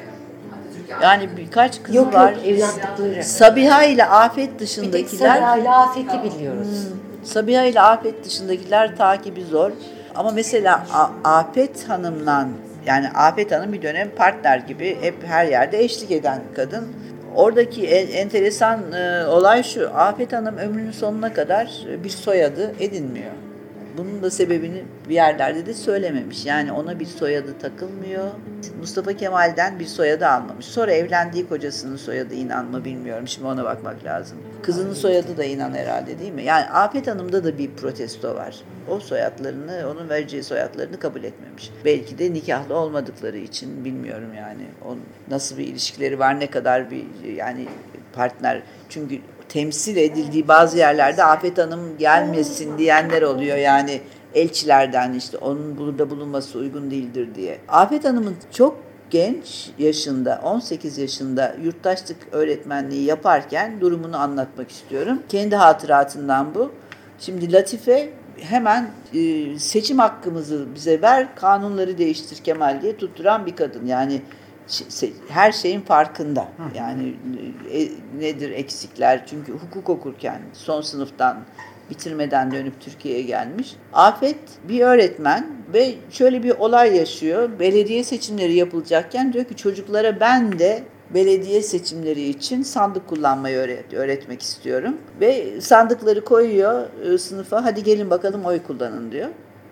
yani birkaç kız Yok var. yok, evlatlıkları. Sabiha ile Afet Bir tek dışındakiler Sarayla Afet'i biliyoruz. Sabiha ile Afet dışındakiler takibi zor. Ama mesela Afet Hanım'la, yani Afet Hanım bir dönem partner gibi hep her yerde eşlik eden kadın. Oradaki enteresan olay şu: Afet Hanım ömrünün sonuna kadar bir soyadı edinmiyor. Bunun da sebebini bir yerlerde de söylememiş. Yani ona bir soyadı takılmıyor. Mustafa Kemal'den bir soyadı almamış. Sonra evlendiği kocasının soyadı inan mı bilmiyorum. Şimdi ona bakmak lazım. Kızının soyadı da inan herhalde, değil mi? Yani Afet Hanım'da da bir protesto var. O soyadlarını, onun vereceği soyadlarını kabul etmemiş. Belki de nikahlı olmadıkları için, bilmiyorum yani. Onun nasıl bir ilişkileri var, ne kadar bir yani partner. Çünkü temsil edildiği bazı yerlerde Afet Hanım gelmesin diyenler oluyor. Yani elçilerden, işte onun burada bulunması uygun değildir diye. Afet Hanım'ın çok genç yaşında, 18 yaşında yurttaşlık öğretmenliği yaparken durumunu anlatmak istiyorum. Kendi hatıratından bu. Şimdi Latife hemen seçim hakkımızı bize ver, kanunları değiştir Kemal diye tutturan bir kadın. Yani her şeyin farkında. Yani nedir eksikler? Çünkü hukuk okurken son sınıftan bitirmeden dönüp Türkiye'ye gelmiş. Afet bir öğretmen ve şöyle bir olay yaşıyor. Belediye seçimleri yapılacakken diyor ki çocuklara ben de belediye seçimleri için sandık kullanmayı öğretmek istiyorum. Ve sandıkları koyuyor sınıfa, hadi gelin bakalım oy kullanın diyor.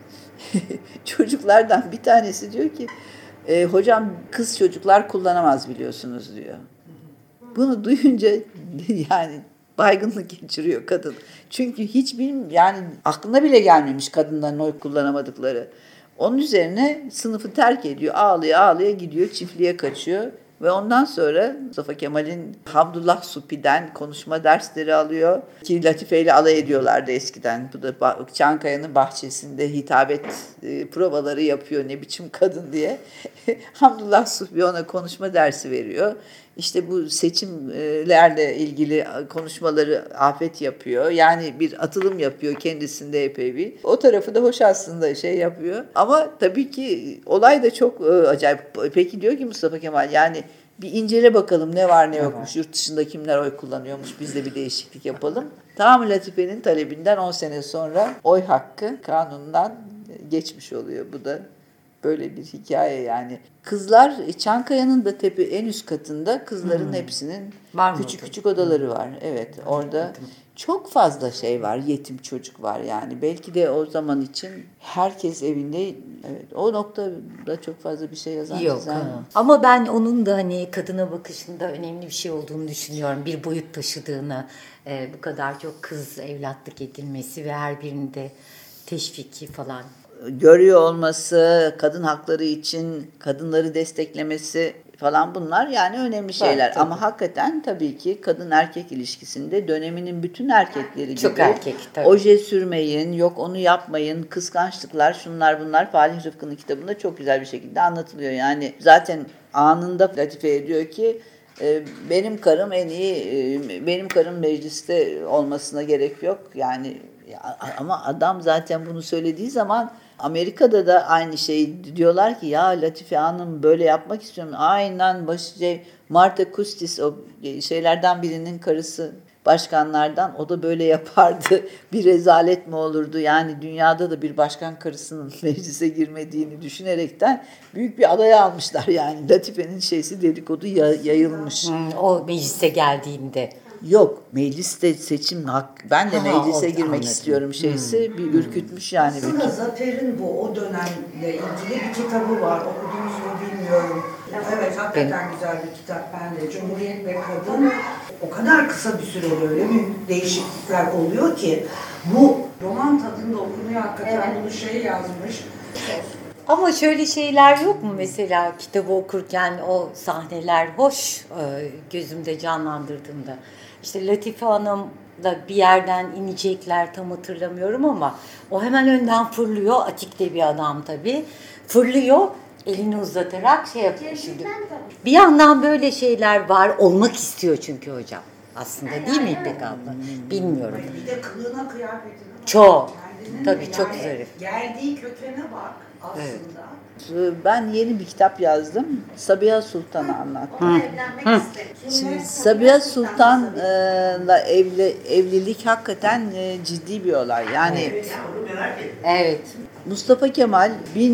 Çocuklardan bir tanesi diyor ki hocam kız çocuklar kullanamaz biliyorsunuz diyor. Bunu duyunca yani baygınlık geçiriyor kadın. Çünkü yani aklına bile gelmemiş kadınların oy kullanamadıkları. Onun üzerine sınıfı terk ediyor. Ağlaya ağlaya gidiyor, çiftliğe kaçıyor. Ve ondan sonra Mustafa Kemal'in Hamdullah Supi'den konuşma dersleri alıyor. Ki Latife ile alay ediyorlardı eskiden. Bu da Çankaya'nın bahçesinde hitabet provaları yapıyor, ne biçim kadın diye. Hamdullah Supi ona konuşma dersi veriyor. İşte bu seçimlerle ilgili konuşmaları Afet yapıyor. Yani bir atılım yapıyor kendisinde epey bir. O tarafı da hoş aslında şey yapıyor. Ama tabii ki olay da çok acayip. Peki diyor ki Mustafa Kemal, yani bir incele bakalım ne var ne yokmuş. Yurt dışında kimler oy kullanıyormuş, biz de bir değişiklik yapalım. Tamam, Latife'nin talebinden 10 sene sonra oy hakkı kanundan geçmiş oluyor. Bu da böyle bir hikaye yani. Kızlar, Çankaya'nın da en üst katında kızların hepsinin küçük küçük odaları var. Evet, orada çok fazla şey var, yetim çocuk var yani. Belki de o zaman için herkes evinde, evet, o noktada çok fazla bir şey yazan yok. çizen. Ama ben onun da hani kadına bakışında önemli bir şey olduğunu düşünüyorum. Bir boyut taşıdığını, bu kadar çok kız evlatlık edilmesi ve her birinde teşviki falan. Görüyor olması, kadın hakları için kadınları desteklemesi falan, bunlar yani önemli şeyler. Evet, ama hakikaten tabii ki kadın erkek ilişkisinde döneminin bütün erkekleri çok gibi erkek, tabii. Oje sürmeyin, yok onu yapmayın, kıskançlıklar, şunlar bunlar Falih Rıfkı'nın kitabında çok güzel bir şekilde anlatılıyor. Yani zaten anında Latife diyor ki benim karım en iyi, benim karım mecliste olmasına gerek yok. Yani Ama adam zaten bunu söylediği zaman Amerika'da da aynı şey diyorlar ki ya Latife Hanım böyle yapmak istiyorum. Aynen Marta Kustis o şeylerden birinin karısı, başkanlardan, o da böyle yapardı. Bir rezalet mi olurdu? Yani dünyada da bir başkan karısının meclise girmediğini düşünerekten büyük bir aday almışlar. Yani Latife'nin dedikodu yayılmış. O meclise geldiğinde. Yok, mecliste seçim ben de meclise girmek anladım. istiyorum bir ürkütmüş yani. Aslında Zafer'in o dönemle ilgili bir kitabı var. Okudunuz mu bilmiyorum. Evet, hakikaten güzel bir kitap bende. Cumhuriyet ve Kadın. O kadar kısa bir sürede öyle büyük değişiklikler oluyor ki bu roman tadında okunuyor hakikaten. Bunu yazmış. Ama şöyle şeyler yok mu mesela kitabı okurken o sahneler hoş gözümde canlandırdığımda. İşte Latife Hanım'la bir yerden inecekler, tam hatırlamıyorum ama o hemen önden fırlıyor. Atik de bir adam tabii. Fırlıyor, elini uzatarak yapıyor şimdi. Bir yandan böyle şeyler var, olmak istiyor çünkü hocam. Aslında değil mi İpek abla? Bilmiyorum. Bir de kılığına, kıyafetine. Çok. Tabii çok zarif. Geldiği kökene bak aslında. Evet. Ben yeni bir kitap yazdım. Sabiha Sultan'ı anlattım. Şimdi Sabiha Sultan'la evlilik hakikaten ciddi bir olay. Yani Evet. Mustafa Kemal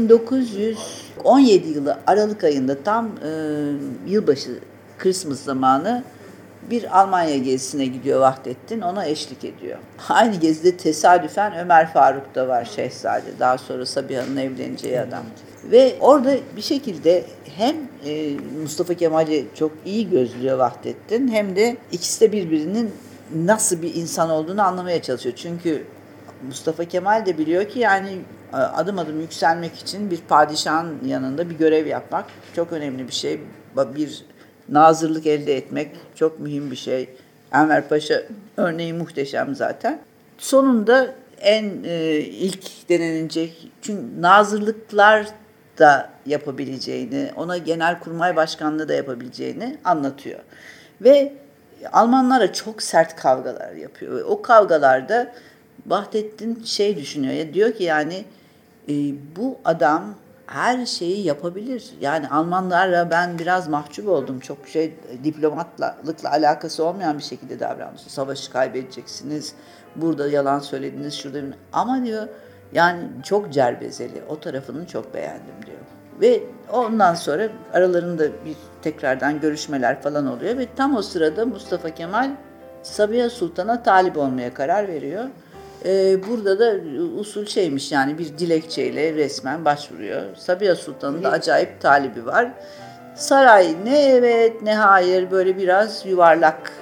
1917 yılı Aralık ayında tam yılbaşı Christmas zamanı bir Almanya gezisine gidiyor Vahdettin. Ona eşlik ediyor. Aynı gezide tesadüfen Ömer Faruk da var, şehzade. Daha sonra Sabiha'nın evleneceği adam. Ve orada bir şekilde hem Mustafa Kemal'i çok iyi gözlüyor Vahdettin, hem de ikisi de birbirinin nasıl bir insan olduğunu anlamaya çalışıyor. Çünkü Mustafa Kemal de biliyor ki yani adım adım yükselmek için bir padişahın yanında bir görev yapmak çok önemli bir şey. Bir nazırlık elde etmek çok mühim bir şey. Enver Paşa örneği muhteşem zaten. Sonunda ilk denenecek, çünkü nazırlıklar da yapabileceğini, ona Genelkurmay Başkanlığı da yapabileceğini anlatıyor. Ve Almanlara çok sert kavgalar yapıyor. Ve o kavgalarda Vahdettin düşünüyor. Diyor ki yani bu adam her şeyi yapabilir. Yani Almanlarla ben biraz mahcup oldum. Çok diplomatlıkla alakası olmayan bir şekilde davranmış. Savaşı kaybedeceksiniz. Burada yalan söylediniz. Şurada ama diyor yani çok cerbezeli. O tarafını çok beğendim diyor. Ve ondan sonra aralarında bir tekrardan görüşmeler falan oluyor ve tam o sırada Mustafa Kemal Sabiha Sultan'a talip olmaya karar veriyor. Burada da usul yani bir dilekçeyle resmen başvuruyor. Sabiha Sultan'ın da acayip talibi var. Saray ne evet ne hayır, böyle biraz yuvarlak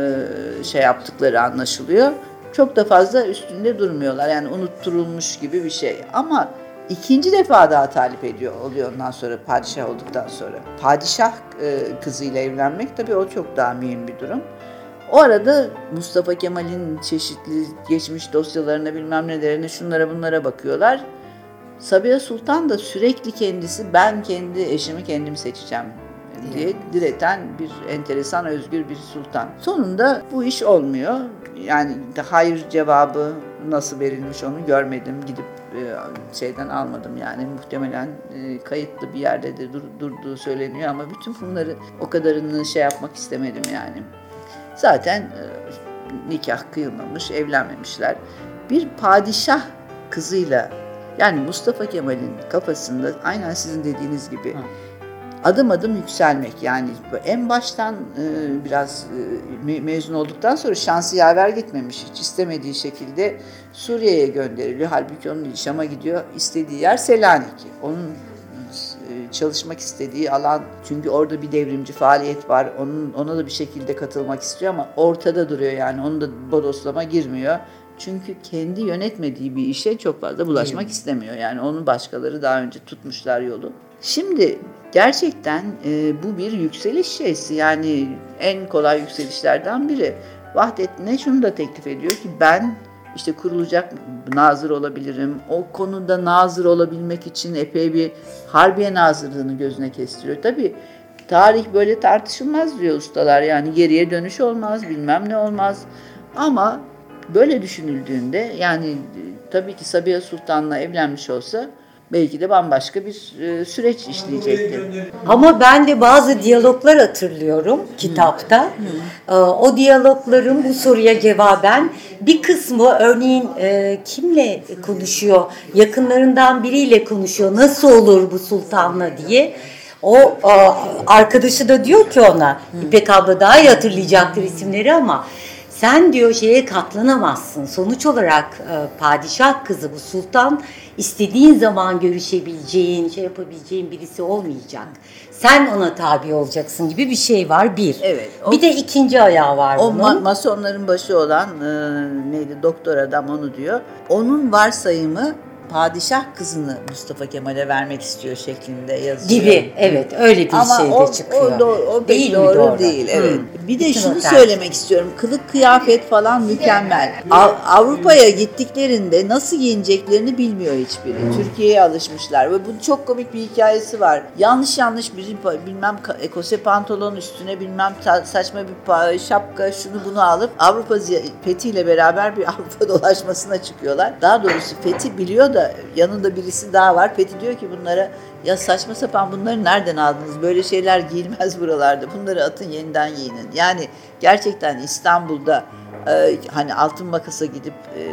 yaptıkları anlaşılıyor. Çok da fazla üstünde durmuyorlar. Yani unutturulmuş gibi bir şey. Ama ikinci defa daha talip oluyor ondan sonra, padişah olduktan sonra. Padişah kızıyla evlenmek tabii o çok daha mühim bir durum. O arada Mustafa Kemal'in çeşitli geçmiş dosyalarına, bilmem nelerine, şunlara bunlara bakıyorlar. Sabiha Sultan da sürekli kendisi ben kendi eşimi kendim seçeceğim diye direten bir enteresan, özgür bir sultan. Sonunda bu iş olmuyor. Yani hayır cevabı nasıl verilmiş onu görmedim. Gidip almadım yani. Muhtemelen kayıtlı bir yerde de durduğu söyleniyor ama bütün bunları o kadarını yapmak istemedim yani. Zaten nikah kıyılmamış, evlenmemişler. Bir padişah kızıyla, yani Mustafa Kemal'in kafasında aynen sizin dediğiniz gibi adım adım yükselmek. Yani en baştan biraz mezun olduktan sonra şansı yaver gitmemiş. Hiç istemediği şekilde Suriye'ye gönderiliyor. Halbuki onun Şam'a gidiyor. İstediği yer Selanik. Onun çalışmak istediği alan, çünkü orada bir devrimci faaliyet var. Ona da bir şekilde katılmak istiyor ama ortada duruyor yani. Onu da bodoslama girmiyor. Çünkü kendi yönetmediği bir işe çok fazla bulaşmak istemiyor. Yani onun başkaları daha önce tutmuşlar yolu. Şimdi gerçekten bu bir yükseliş şeysi. Yani en kolay yükselişlerden biri. Vahdettin'e şunu da teklif ediyor ki ben kurulacak nazır olabilirim. O konuda nazır olabilmek için epey bir Harbiye Nazırlığı'nı gözüne kestiriyor. Tabii tarih böyle tartışılmaz diyor ustalar. Yani geriye dönüş olmaz, bilmem ne olmaz. Ama Böyle düşünüldüğünde yani tabii ki Sabiha Sultan'la evlenmiş olsa belki de bambaşka bir süreç işleyecekti. Ama ben de bazı diyaloglar hatırlıyorum kitapta. O diyalogların bu soruya cevaben bir kısmı örneğin kimle konuşuyor? Yakınlarından biriyle konuşuyor. Nasıl olur bu sultanla diye. O arkadaşı da diyor ki ona, İpek abla daha iyi hatırlayacaktır isimleri ama sen diyor şeye katlanamazsın. Sonuç olarak padişah kızı bu sultan istediğin zaman görüşebileceğin, şey yapabileceğin birisi olmayacak. Sen ona tabi olacaksın gibi bir şey var bir. Evet. Bir de ikinci ayağı var o bunun. masonların başı olan neydi doktor adam onu diyor. Onun varsayımı padişah kızını Mustafa Kemal'e vermek istiyor şeklinde yazıyor. Gibi, evet, öyle bir ama şey de çıkıyor. O pek doğru değil. Evet. Bir de şunu söylemek istiyorum. Kılık kıyafet falan mükemmel. Avrupa'ya gittiklerinde nasıl giyineceklerini bilmiyor hiçbiri. Türkiye'ye alışmışlar ve bunun çok komik bir hikayesi var. Yanlış bilmem ekose pantolon üstüne bilmem saçma bir şapka şunu bunu alıp Avrupa Fethi'yle beraber bir Avrupa dolaşmasına çıkıyorlar. Daha doğrusu Fethi biliyor da yanında birisi daha var. Fethi diyor ki bunlara ya saçma sapan bunları nereden aldınız? Böyle şeyler giyilmez buralarda. Bunları atın yeniden giyinin. Yani gerçekten İstanbul'da hani altın makasa gidip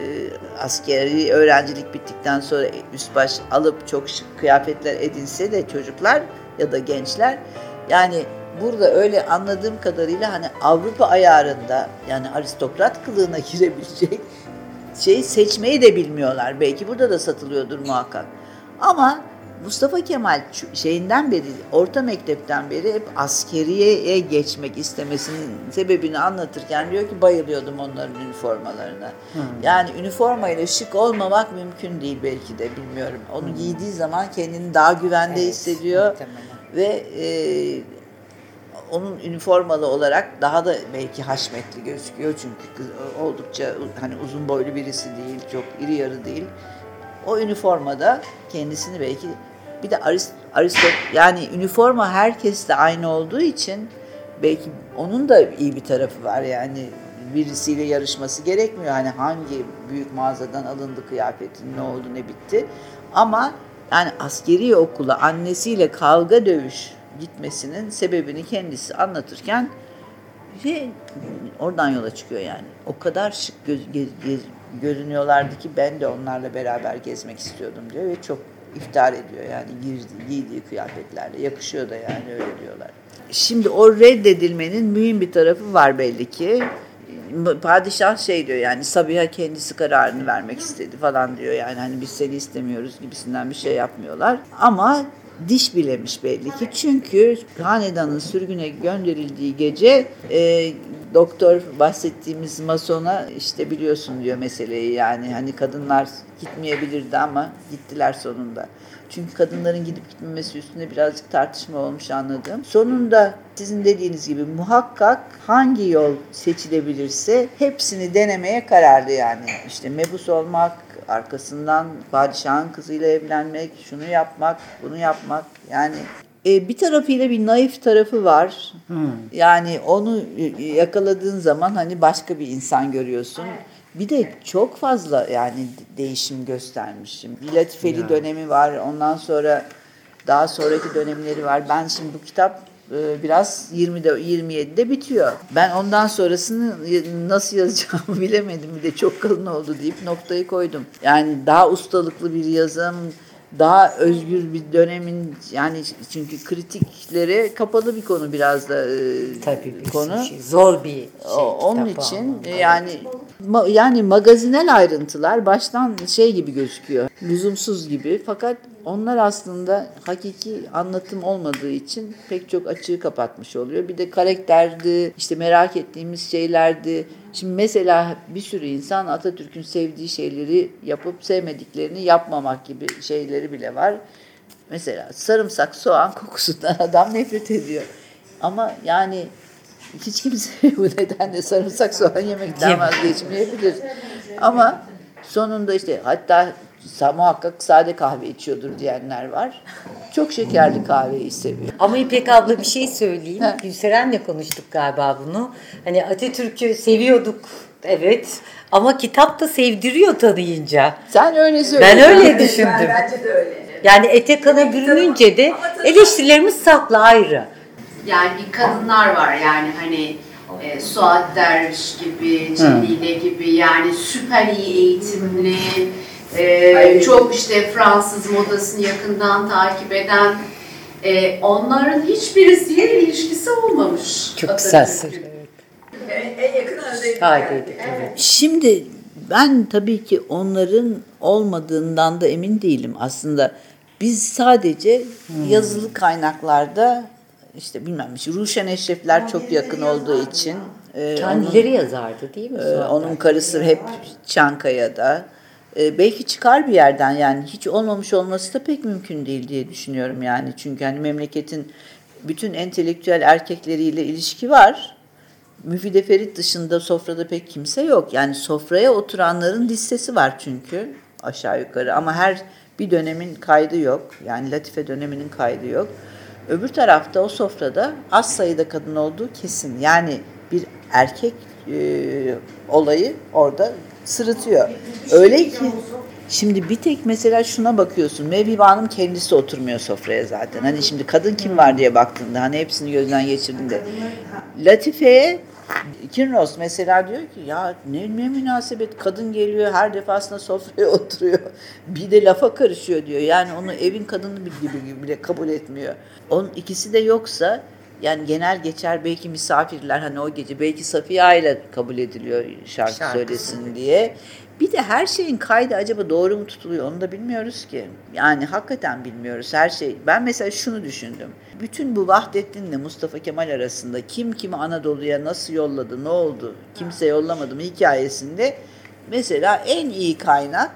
askeri öğrencilik bittikten sonra üst baş alıp çok şık kıyafetler edinse de çocuklar ya da gençler yani burada öyle anladığım kadarıyla hani Avrupa ayarında yani aristokrat kılığına girebilecek şeyi seçmeyi de bilmiyorlar. Belki burada da satılıyordur muhakkak. Ama Mustafa Kemal şeyinden beri, orta mektepten beri hep askeriyeye geçmek istemesinin sebebini anlatırken diyor ki bayılıyordum onların üniformalarına. Yani üniformayla şık olmamak mümkün değil belki de bilmiyorum. Onu giydiği zaman kendini daha güvende hissediyor ve onun üniformalı olarak daha da belki haşmetli gözüküyor çünkü oldukça hani uzun boylu birisi değil, çok iri yarı değil. O üniformada kendisini belki bir de yani üniforma herkesle aynı olduğu için belki onun da iyi bir tarafı var yani birisiyle yarışması gerekmiyor hani hangi büyük mağazadan alındı kıyafetin ne oldu ne bitti ama yani askeri okula annesiyle kavga dövüş gitmesinin sebebini kendisi anlatırken oradan yola çıkıyor yani o kadar şık görünüyorlardı ki ben de onlarla beraber gezmek istiyordum diyor ve çok iftihar ediyor yani giydiği kıyafetlerle yakışıyor da yani öyle diyorlar. Şimdi o reddedilmenin mühim bir tarafı var belli ki. Padişah şey diyor yani Sabiha kendisi kararını vermek istedi falan diyor yani hani biz seni istemiyoruz gibisinden bir şey yapmıyorlar ama diş bilemiş belli ki çünkü hanedanın sürgüne gönderildiği gece doktor bahsettiğimiz masona işte biliyorsun diyor meseleyi yani hani kadınlar gitmeyebilirdi ama gittiler sonunda. Çünkü kadınların gidip gitmemesi üstünde birazcık tartışma olmuş anladığım. Sonunda sizin dediğiniz gibi muhakkak hangi yol seçilebilirse hepsini denemeye kararlı yani. İşte mebus olmak, arkasından padişahın kızıyla evlenmek, şunu yapmak, bunu yapmak yani bir tarafıyla bir naif tarafı var. Yani onu yakaladığın zaman hani başka bir insan görüyorsun. Bir de çok fazla yani değişim göstermiş. Latifeli dönemi var. Ondan sonra daha sonraki dönemleri var. Ben şimdi bu kitap biraz 27'de bitiyor. Ben ondan sonrasını nasıl yazacağımı bilemedim. Bir de çok kalın oldu deyip noktayı koydum. Yani daha ustalıklı bir yazım, daha özgür bir dönemin yani çünkü kritiklere kapalı bir konu biraz da tabii bir konu. Zor bir şey. Onun için yani magazinel ayrıntılar baştan şey gibi gözüküyor. Lüzumsuz gibi fakat onlar aslında hakiki anlatım olmadığı için pek çok açığı kapatmış oluyor. Bir de karakterdi, işte merak ettiğimiz şeylerdi. Şimdi mesela bir sürü insan Atatürk'ün sevdiği şeyleri yapıp sevmediklerini yapmamak gibi şeyleri bile var. Mesela sarımsak, soğan kokusundan adam nefret ediyor. Ama yani hiç kimse bu nedenle sarımsak, soğan yemekten vazgeçmeyebilir. Ama sonunda işte hatta muhakkak sade kahve içiyordur diyenler var. Çok şekerli kahveyi seviyor. Ama İpek abla bir şey söyleyeyim. Gülseren'le konuştuk galiba bunu. Hani Atatürk'ü seviyorduk Evet. Ama kitap da sevdiriyor tanıyınca. Sen öyle söylüyorsun. Ben öyle düşündüm. Bence de öyle. Yani ete kana bürününce de eleştirilerimiz saklı ayrı. Yani bir kadınlar var yani hani Suat Derviş gibi, Celile gibi yani süper iyi eğitimli, çok işte Fransız modasını yakından takip eden, onların hiçbirisiyle ilişkisi olmamış. Çok güzel söylüyor. En yakın örneği. Evet. Şimdi ben tabii ki onların olmadığından da emin değilim aslında. Biz sadece yazılı kaynaklarda işte bilmem Ruşen Eşrefler çok yakın olduğu için Kendileri yazardı değil mi? onun karısı hep Çankaya'da. Belki çıkar bir yerden yani hiç olmamış olması da pek mümkün değil diye düşünüyorum yani. Çünkü hani memleketin bütün entelektüel erkekleriyle ilişki var. Müfide Ferit dışında sofrada pek kimse yok. Yani sofraya oturanların listesi var çünkü aşağı yukarı ama her bir dönemin kaydı yok. Yani Latife döneminin kaydı yok. Öbür tarafta o sofrada az sayıda kadın olduğu kesin. Yani bir erkek olayı orada sırıtıyor. Öyle ki şimdi bir tek mesela şuna bakıyorsun. Mevhibe Hanım kendisi oturmuyor sofraya zaten. Hani şimdi kadın kim var diye baktığında hani hepsini gözden geçirdiğinde. Latife'ye Kinross mesela diyor ki ya ne münasebet kadın geliyor her defasında sofraya oturuyor. Bir de lafa karışıyor diyor. Yani onu evin kadını gibi bile kabul etmiyor. Onun ikisi de yoksa yani genel geçer belki misafirler hani o gece belki Safiye ile kabul ediliyor şarkı söylesin diye. Bir de her şeyin kaydı acaba doğru mu tutuluyor onu da bilmiyoruz ki. Yani hakikaten bilmiyoruz her şey. Ben mesela şunu düşündüm. Bütün bu Vahdettin'le Mustafa Kemal arasında kim kimi Anadolu'ya nasıl yolladı, ne oldu, kimse yollamadı mı hikayesinde mesela en iyi kaynak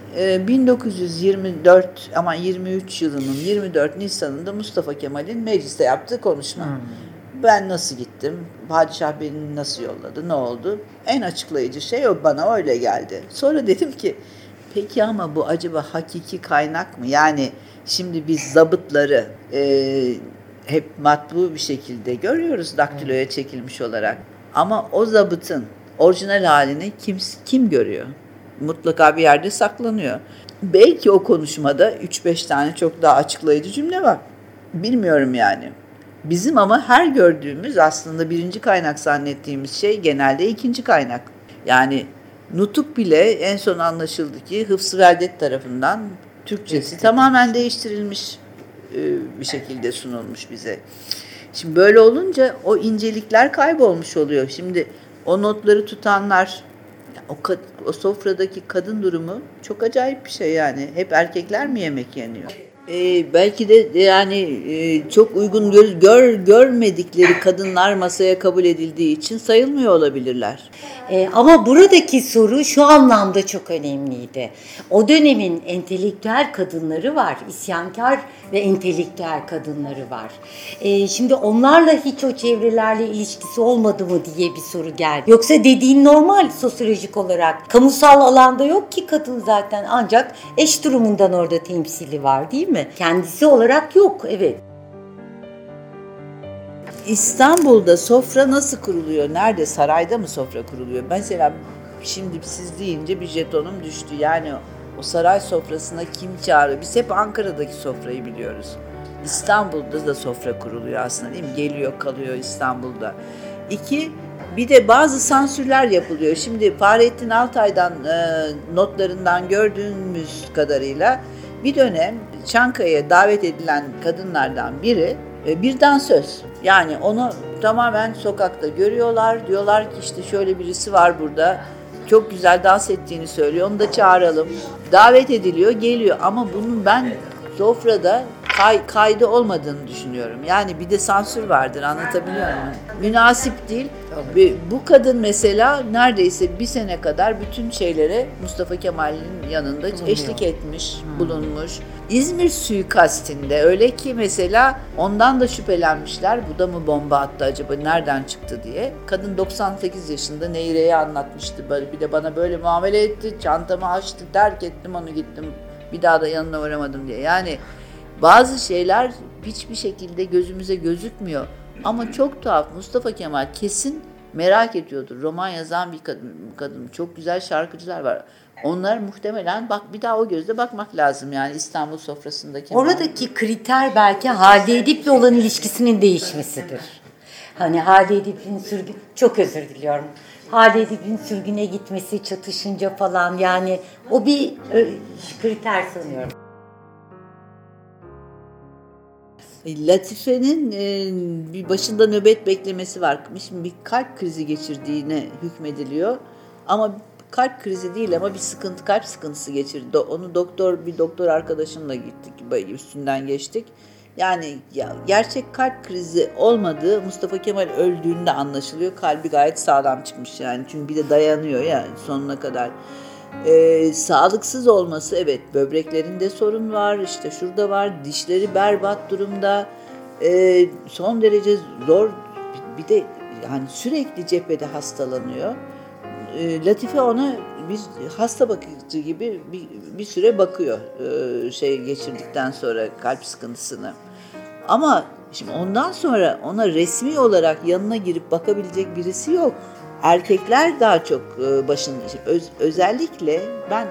1924 ama 23 yılının 24 Nisan'ında Mustafa Kemal'in mecliste yaptığı konuşma. Ben nasıl gittim, padişah beni nasıl yolladı, ne oldu? En açıklayıcı şey o, bana öyle geldi. Sonra dedim ki peki ama bu acaba hakiki kaynak mı? Yani şimdi biz zabıtları hep matbu bir şekilde görüyoruz daktiloya çekilmiş olarak. Ama o zabıtın orijinal halini kim görüyor? Mutlaka bir yerde saklanıyor. Belki o konuşmada 3-5 tane çok daha açıklayıcı cümle var. Bilmiyorum yani. Bizim ama her gördüğümüz aslında birinci kaynak zannettiğimiz şey genelde ikinci kaynak. Yani nutuk bile en son anlaşıldı ki Hıfzı Veldet tarafından Türkçesi tamamen değiştirilmiş bir şekilde sunulmuş bize. Şimdi böyle olunca o incelikler kaybolmuş oluyor. Şimdi o notları tutanlar, o sofradaki kadın durumu çok acayip bir şey yani. Hep erkekler mi yemek yeniyor? Belki de yani çok uygun görmedikleri kadınlar masaya kabul edildiği için sayılmıyor olabilirler. Ama buradaki soru şu anlamda çok önemliydi. O dönemin entelektüel kadınları var, isyankar ve entelektüel kadınları var. Şimdi onlarla hiç o çevrelerle ilişkisi olmadı mı diye bir soru geldi. Yoksa dediğin normal sosyolojik olarak. Kamusal alanda yok ki kadın zaten ancak eş durumundan orada temsili var değil mi? Kendisi olarak yok, evet. İstanbul'da sofra nasıl kuruluyor? Nerede? Sarayda mı sofra kuruluyor? Mesela şimdi siz deyince bir jetonum düştü. Yani o saray sofrasına kim çağırıyor? Biz hep Ankara'daki sofrayı biliyoruz. İstanbul'da da sofra kuruluyor aslında değil mi? Geliyor kalıyor İstanbul'da. Bir de bazı sansürler yapılıyor. Şimdi Fahrettin Altay'dan notlarından gördüğümüz kadarıyla bir dönem Çankaya'ya davet edilen kadınlardan biri bir dansöz. Yani onu tamamen sokakta görüyorlar. Diyorlar ki işte şöyle birisi var burada. Çok güzel dans ettiğini söylüyor. Onu da çağıralım. Davet ediliyor, geliyor. Ama bunun ben sofrada kaydı olmadığını düşünüyorum. Yani bir de sansür vardır, anlatabiliyor muyum? Münasip değil. Bu kadın mesela neredeyse bir sene kadar bütün şeylere Mustafa Kemal'in yanında eşlik etmiş, bulunmuş. İzmir suikastinde öyle ki mesela ondan da şüphelenmişler. Bu da mı bomba attı acaba, nereden çıktı diye. Kadın 98 yaşında Neyre'ye anlatmıştı. Bir de bana böyle muamele etti, çantamı açtı, terk ettim onu gittim. Bir daha da yanına uğramadım diye. Yani bazı şeyler hiçbir şekilde gözümüze gözükmüyor. Ama çok tuhaf, Mustafa Kemal kesin merak ediyordur. Roman yazan bir kadın. Çok güzel şarkıcılar var. Onlar muhtemelen bir daha o gözle bakmak lazım yani İstanbul sofrasındaki. Oradaki kriter belki Halide Edip'le olan ilişkisinin değişmesidir. Hani Halide Edip'in çok özür diliyorum. Halide Edip'in sürgüne gitmesi, çatışınca falan yani o bir kriter sanıyorum. Latife'nin bir başında nöbet beklemesi var. Şimdi bir kalp krizi geçirdiğine hükmediliyor. Ama kalp krizi değil ama kalp sıkıntısı geçirdi. Onu bir doktor arkadaşımla gittik, üstünden geçtik. Yani gerçek kalp krizi olmadığı Mustafa Kemal öldüğünde anlaşılıyor. Kalbi gayet sağlam çıkmış yani. Çünkü bir de dayanıyor ya sonuna kadar. Sağlıksız olması, evet, böbreklerinde sorun var, işte şurada var, dişleri berbat durumda, son derece zor, bir de yani sürekli cephede hastalanıyor. Latife ona bir hasta bakıcı gibi bir süre bakıyor geçirdikten sonra kalp sıkıntısını. Ama şimdi ondan sonra ona resmi olarak yanına girip bakabilecek birisi yok. Erkekler daha çok özellikle ben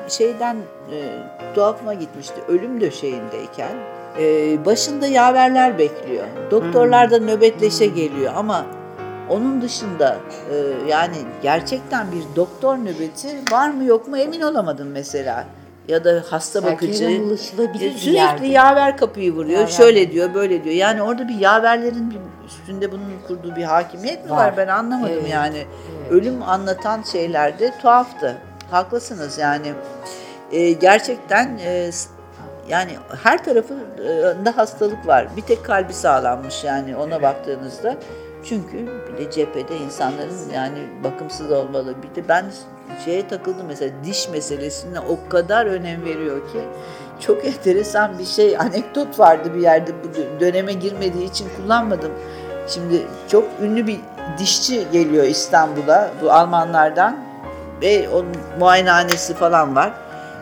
tuhafıma gitmişti, ölüm döşeğindeyken başında yaverler bekliyor. Doktorlar da nöbetleşe geliyor ama onun dışında yani gerçekten bir doktor nöbeti var mı yok mu emin olamadım mesela. Ya da hasta bakıcı sürekli yaver kapıyı vuruyor. Şöyle diyor, böyle diyor. Yani orada bir yaverlerin üstünde bunun kurduğu bir hakimiyet mi var? Ben anlamadım yani. Evet. Ölüm anlatan şeylerde tuhaftı. Haklısınız yani. Gerçekten yani her tarafında hastalık var. Bir tek kalbi sağlanmış yani ona baktığınızda. Çünkü bir de cephede insanların yani bakımsız olmalı. Bir de ben takıldım mesela diş meselesine o kadar önem veriyor ki çok enteresan bir anekdot vardı bir yerde, bu döneme girmediği için kullanmadım. Şimdi çok ünlü bir dişçi geliyor İstanbul'a, bu Almanlardan ve onun muayenehanesi falan var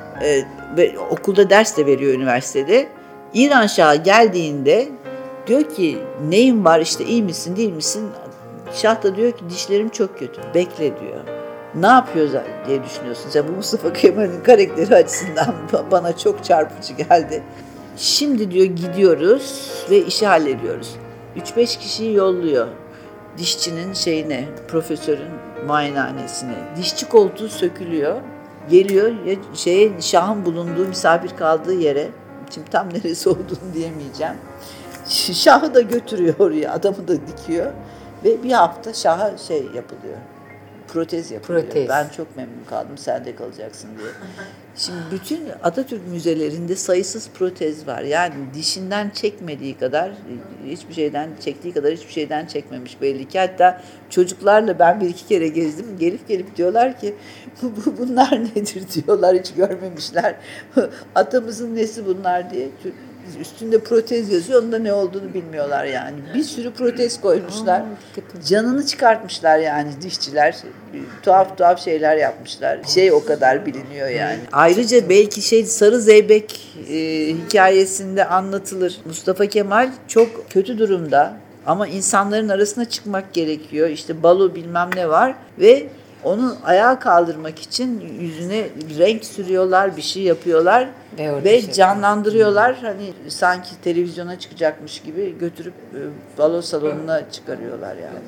ve okulda ders de veriyor üniversitede. İran Şahı geldiğinde diyor ki neyin var, işte iyi misin değil misin? Şah da diyor ki dişlerim çok kötü, bekle diyor. Ne yapıyoruz diye düşünüyorsunuz. Bu Mustafa Kemal'in karakteri açısından bana çok çarpıcı geldi. Şimdi diyor gidiyoruz ve işi hallediyoruz. 3-5 kişiyi yolluyor. Dişçinin profesörün muayenehanesine. Dişçi koltuğu sökülüyor. Geliyor Şah'ın bulunduğu, misafir kaldığı yere. Şimdi tam neresi olduğunu diyemeyeceğim. Şah'ı da götürüyor oraya, adamı da dikiyor. Ve bir hafta Şah'a yapılıyor. Protez yapılıyor. Ben çok memnun kaldım, sen de kalacaksın diye. Şimdi bütün Atatürk müzelerinde sayısız protez var. Yani dişinden çekmediği kadar, çektiği kadar hiçbir şeyden çekmemiş belli ki. Hatta çocuklarla ben 1-2 kere gezdim. Gelip diyorlar ki bunlar nedir diyorlar, hiç görmemişler. Atamızın nesi bunlar diye. Üstünde protez yazıyor, onun da ne olduğunu bilmiyorlar yani. Bir sürü protez koymuşlar. Canını çıkartmışlar yani dişçiler. Tuhaf şeyler yapmışlar. O kadar biliniyor yani. Ayrıca belki Sarı Zeybek hikayesinde anlatılır. Mustafa Kemal çok kötü durumda ama insanların arasına çıkmak gerekiyor. İşte balo bilmem ne var ve onu ayağa kaldırmak için yüzüne renk sürüyorlar, bir şey yapıyorlar ve canlandırıyorlar. Hani sanki televizyona çıkacakmış gibi götürüp balo salonuna çıkarıyorlar yani.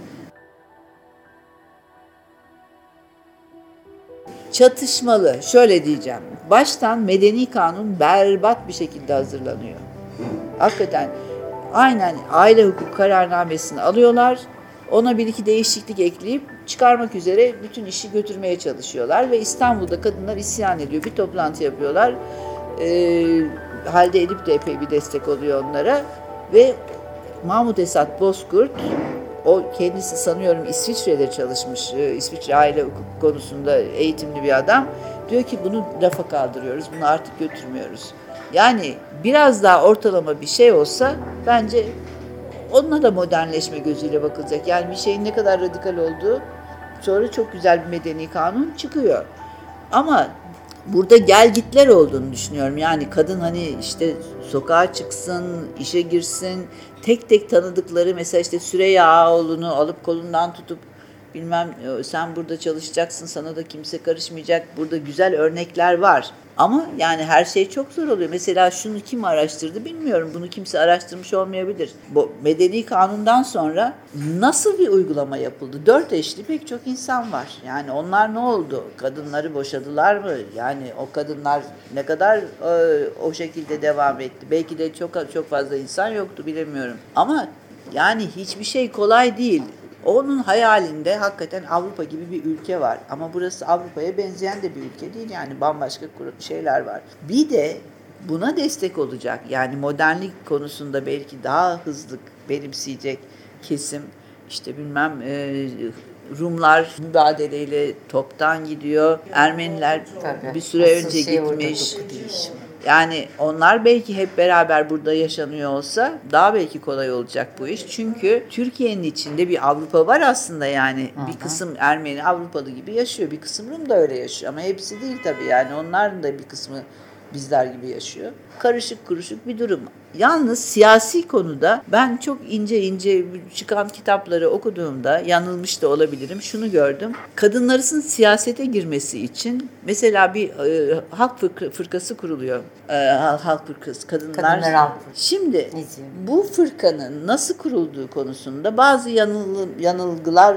Çatışmalı, şöyle diyeceğim. Baştan medeni kanun berbat bir şekilde hazırlanıyor. Hakikaten aynen aile hukuk kararnamesini alıyorlar. Ona 1-2 değişiklik ekleyip çıkarmak üzere bütün işi götürmeye çalışıyorlar. Ve İstanbul'da kadınlar isyan ediyor. Bir toplantı yapıyorlar. Halide Edip de epey bir destek oluyor onlara. Ve Mahmut Esat Bozkurt, o kendisi sanıyorum İsviçre'de çalışmış. İsviçre aile hukuk konusunda eğitimli bir adam. Diyor ki bunu rafa kaldırıyoruz. Bunu artık götürmüyoruz. Yani biraz daha ortalama bir şey olsa bence onunla da modernleşme gözüyle bakılacak. Yani bir şeyin ne kadar radikal olduğu, sonra çok güzel bir medeni kanun çıkıyor. Ama burada gelgitler olduğunu düşünüyorum. Yani kadın sokağa çıksın, işe girsin, tek tek tanıdıkları mesela Süreyya Ağaoğlu'nu alıp kolundan tutup bilmem sen burada çalışacaksın, sana da kimse karışmayacak. Burada güzel örnekler var. Ama yani her şey çok zor oluyor. Mesela şunu kim araştırdı bilmiyorum. Bunu kimse araştırmış olmayabilir. Bu Medeni Kanun'dan sonra nasıl bir uygulama yapıldı? 4 eşli pek çok insan var. Yani onlar ne oldu? Kadınları boşadılar mı? Yani o kadınlar ne kadar o şekilde devam etti? Belki de çok fazla insan yoktu, bilemiyorum. Ama yani hiçbir şey kolay değil. Onun hayalinde hakikaten Avrupa gibi bir ülke var. Ama burası Avrupa'ya benzeyen de bir ülke değil. Yani bambaşka şeyler var. Bir de buna destek olacak. Yani modernlik konusunda belki daha hızlı benimseyecek kesim. İşte bilmem Rumlar mübadeleyle toptan gidiyor. Ermeniler bir süre önce gitmiş. Yani onlar belki hep beraber burada yaşanıyor olsa daha belki kolay olacak bu iş. Çünkü Türkiye'nin içinde bir Avrupa var aslında yani. Bir kısım Ermeni Avrupalı gibi yaşıyor. Bir kısım Rum da öyle yaşıyor. Ama hepsi değil tabii yani. Onların da bir kısmı bizler gibi yaşıyor. Karışık kuruşuk bir durum. Yalnız siyasi konuda ben çok ince çıkan kitapları okuduğumda yanılmış da olabilirim. Şunu gördüm. Kadınların siyasete girmesi için mesela bir halk fırkası kuruluyor. Halk fırkası. Kadınlar halk. Şimdi bu fırkanın nasıl kurulduğu konusunda bazı yanılgılar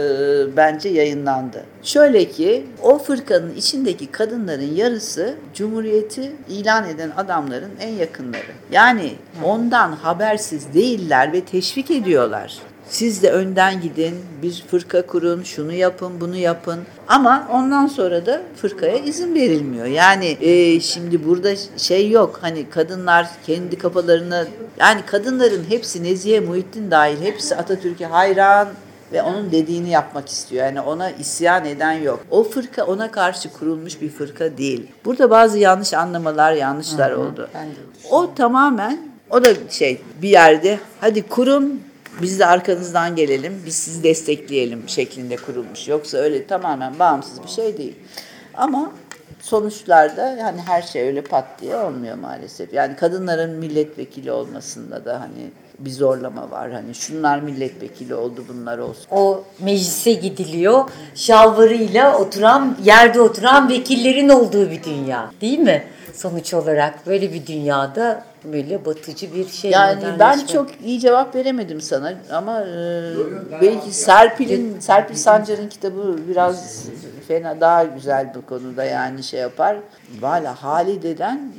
bence yayınlandı. Şöyle ki o fırkanın içindeki kadınların yarısı Cumhuriyeti ilan eden adamların en yakınları. Yani ondan habersiz değiller ve teşvik ediyorlar. Siz de önden gidin, bir fırka kurun, şunu yapın, bunu yapın. Ama ondan sonra da fırkaya izin verilmiyor. Yani şimdi burada şey yok. Hani kadınlar kendi kafalarına, yani kadınların hepsi Nezihe Muhittin dahil hepsi Atatürk'e hayran ve onun dediğini yapmak istiyor. Yani ona isyan eden yok. O fırka ona karşı kurulmuş bir fırka değil. Burada bazı yanlışlar oldu. O tamamen, o da bir yerde hadi kurun, biz de arkanızdan gelelim, biz sizi destekleyelim şeklinde kurulmuş. Yoksa öyle tamamen bağımsız bir şey değil. Ama sonuçlarda yani her şey öyle pat diye olmuyor maalesef. Yani kadınların milletvekili olmasında da hani bir zorlama var. Hani şunlar milletvekili oldu, bunlar olsun. O meclise gidiliyor. Şalvarıyla yerde oturan vekillerin olduğu bir dünya. Değil mi? Sonuç olarak böyle bir dünyada böyle batıcı bir şey. Yani ben çok iyi cevap veremedim sana ama belki Serpil Sancar'ın kitabı biraz fena, daha güzel bu konuda yani yapar. Valla Halide'den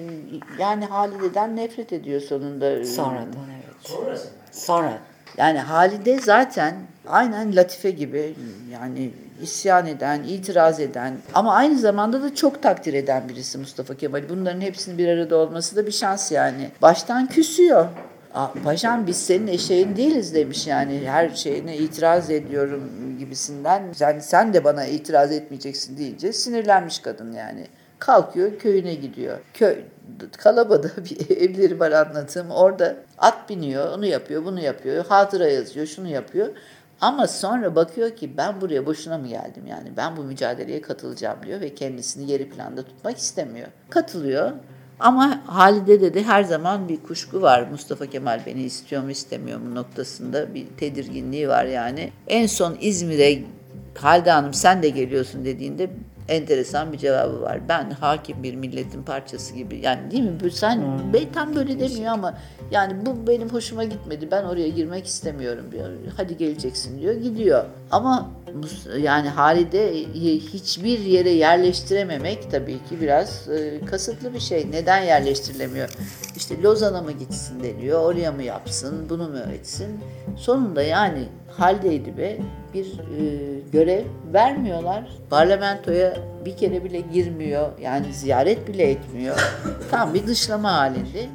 nefret ediyor sonunda. Sonradan Sonra. Yani Halide zaten aynen Latife gibi yani isyan eden, itiraz eden ama aynı zamanda da çok takdir eden birisi Mustafa Kemal. Bunların hepsinin bir arada olması da bir şans yani. Baştan küsüyor. Paşam biz senin eşeğin değiliz demiş yani, her şeyine itiraz ediyorum gibisinden. Yani sen de bana itiraz etmeyeceksin deyince sinirlenmiş kadın yani. Kalkıyor köyüne gidiyor. Kalaba'da bir evleri var anlattığım. Orada at biniyor, onu yapıyor, bunu yapıyor, hatıra yazıyor, şunu yapıyor. Ama sonra bakıyor ki ben buraya boşuna mı geldim yani, ben bu mücadeleye katılacağım diyor ve kendisini geri planda tutmak istemiyor. Katılıyor ama Halide'de de her zaman bir kuşku var. Mustafa Kemal beni istiyor mu istemiyor mu noktasında bir tedirginliği var yani. En son İzmir'e Halide Hanım sen de geliyorsun dediğinde enteresan bir cevabı var. Ben hakim bir milletin parçası gibi. Yani değil mi? Sen tam böyle demiyor ama yani bu benim hoşuma gitmedi. Ben oraya girmek istemiyorum diyor. Hadi geleceksin diyor. Gidiyor. Ama yani Halide hiçbir yere yerleştirememek tabii ki biraz kasıtlı bir şey. Neden yerleştirilemiyor? İşte Lozan'a mı gitsin deniyor. Oraya mı yapsın? Bunu mu etsin? Sonunda yani Halide Edip'e bir görev vermiyorlar. Parlamentoya bir kere bile girmiyor. Yani ziyaret bile etmiyor. Tam bir dışlama halinde.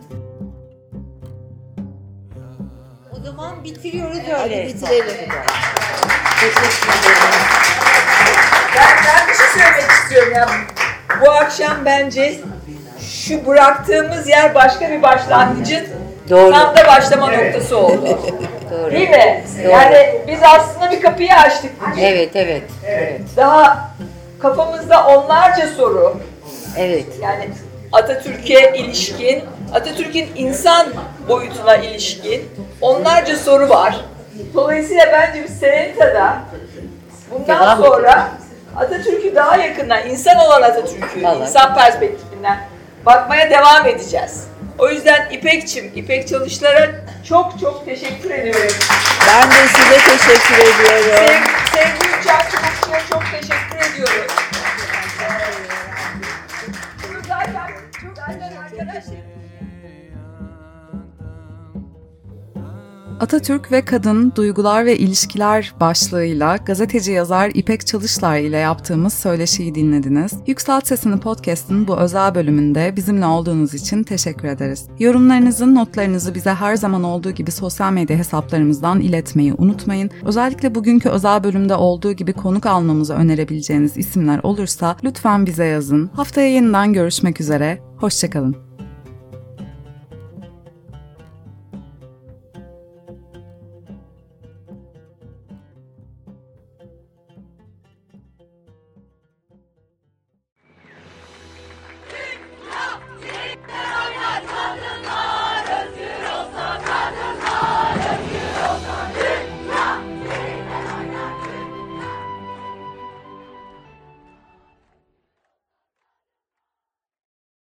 O zaman bitiriyoruz öyle. Hadi bitirelim. Ben bir şey söylemek istiyorum ya. Bu akşam bence şu bıraktığımız yer başka bir başlangıcın tam da başlama noktası oldu. Doğru. Değil mi? Doğru. Yani biz aslında bir kapıyı açtık. Evet. Daha kafamızda onlarca soru. Evet. Yani Atatürk'e ilişkin, Atatürk'ün insan boyutuna ilişkin onlarca soru var. Dolayısıyla bence biz Serenita'da Bundan sonra Atatürk'ü daha yakından, insan olan Atatürk'ü, insan perspektifinden bakmaya devam edeceğiz. O yüzden İpek'cim, İpek Çalışlar'a çok çok teşekkür ediyorum. Ben de size teşekkür ediyorum. Sevgili Can Çubukçu'ya çok teşekkür ediyorum. Zaten arkadaşlar... Atatürk ve Kadın, Duygular ve İlişkiler başlığıyla gazeteci yazar İpek Çalışlar ile yaptığımız söyleşiyi dinlediniz. Yükselt Sesini Podcast'ın bu özel bölümünde bizimle olduğunuz için teşekkür ederiz. Yorumlarınızı, notlarınızı bize her zaman olduğu gibi sosyal medya hesaplarımızdan iletmeyi unutmayın. Özellikle bugünkü özel bölümde olduğu gibi konuk almamızı önerebileceğiniz isimler olursa lütfen bize yazın. Haftaya yeniden görüşmek üzere, hoşça kalın.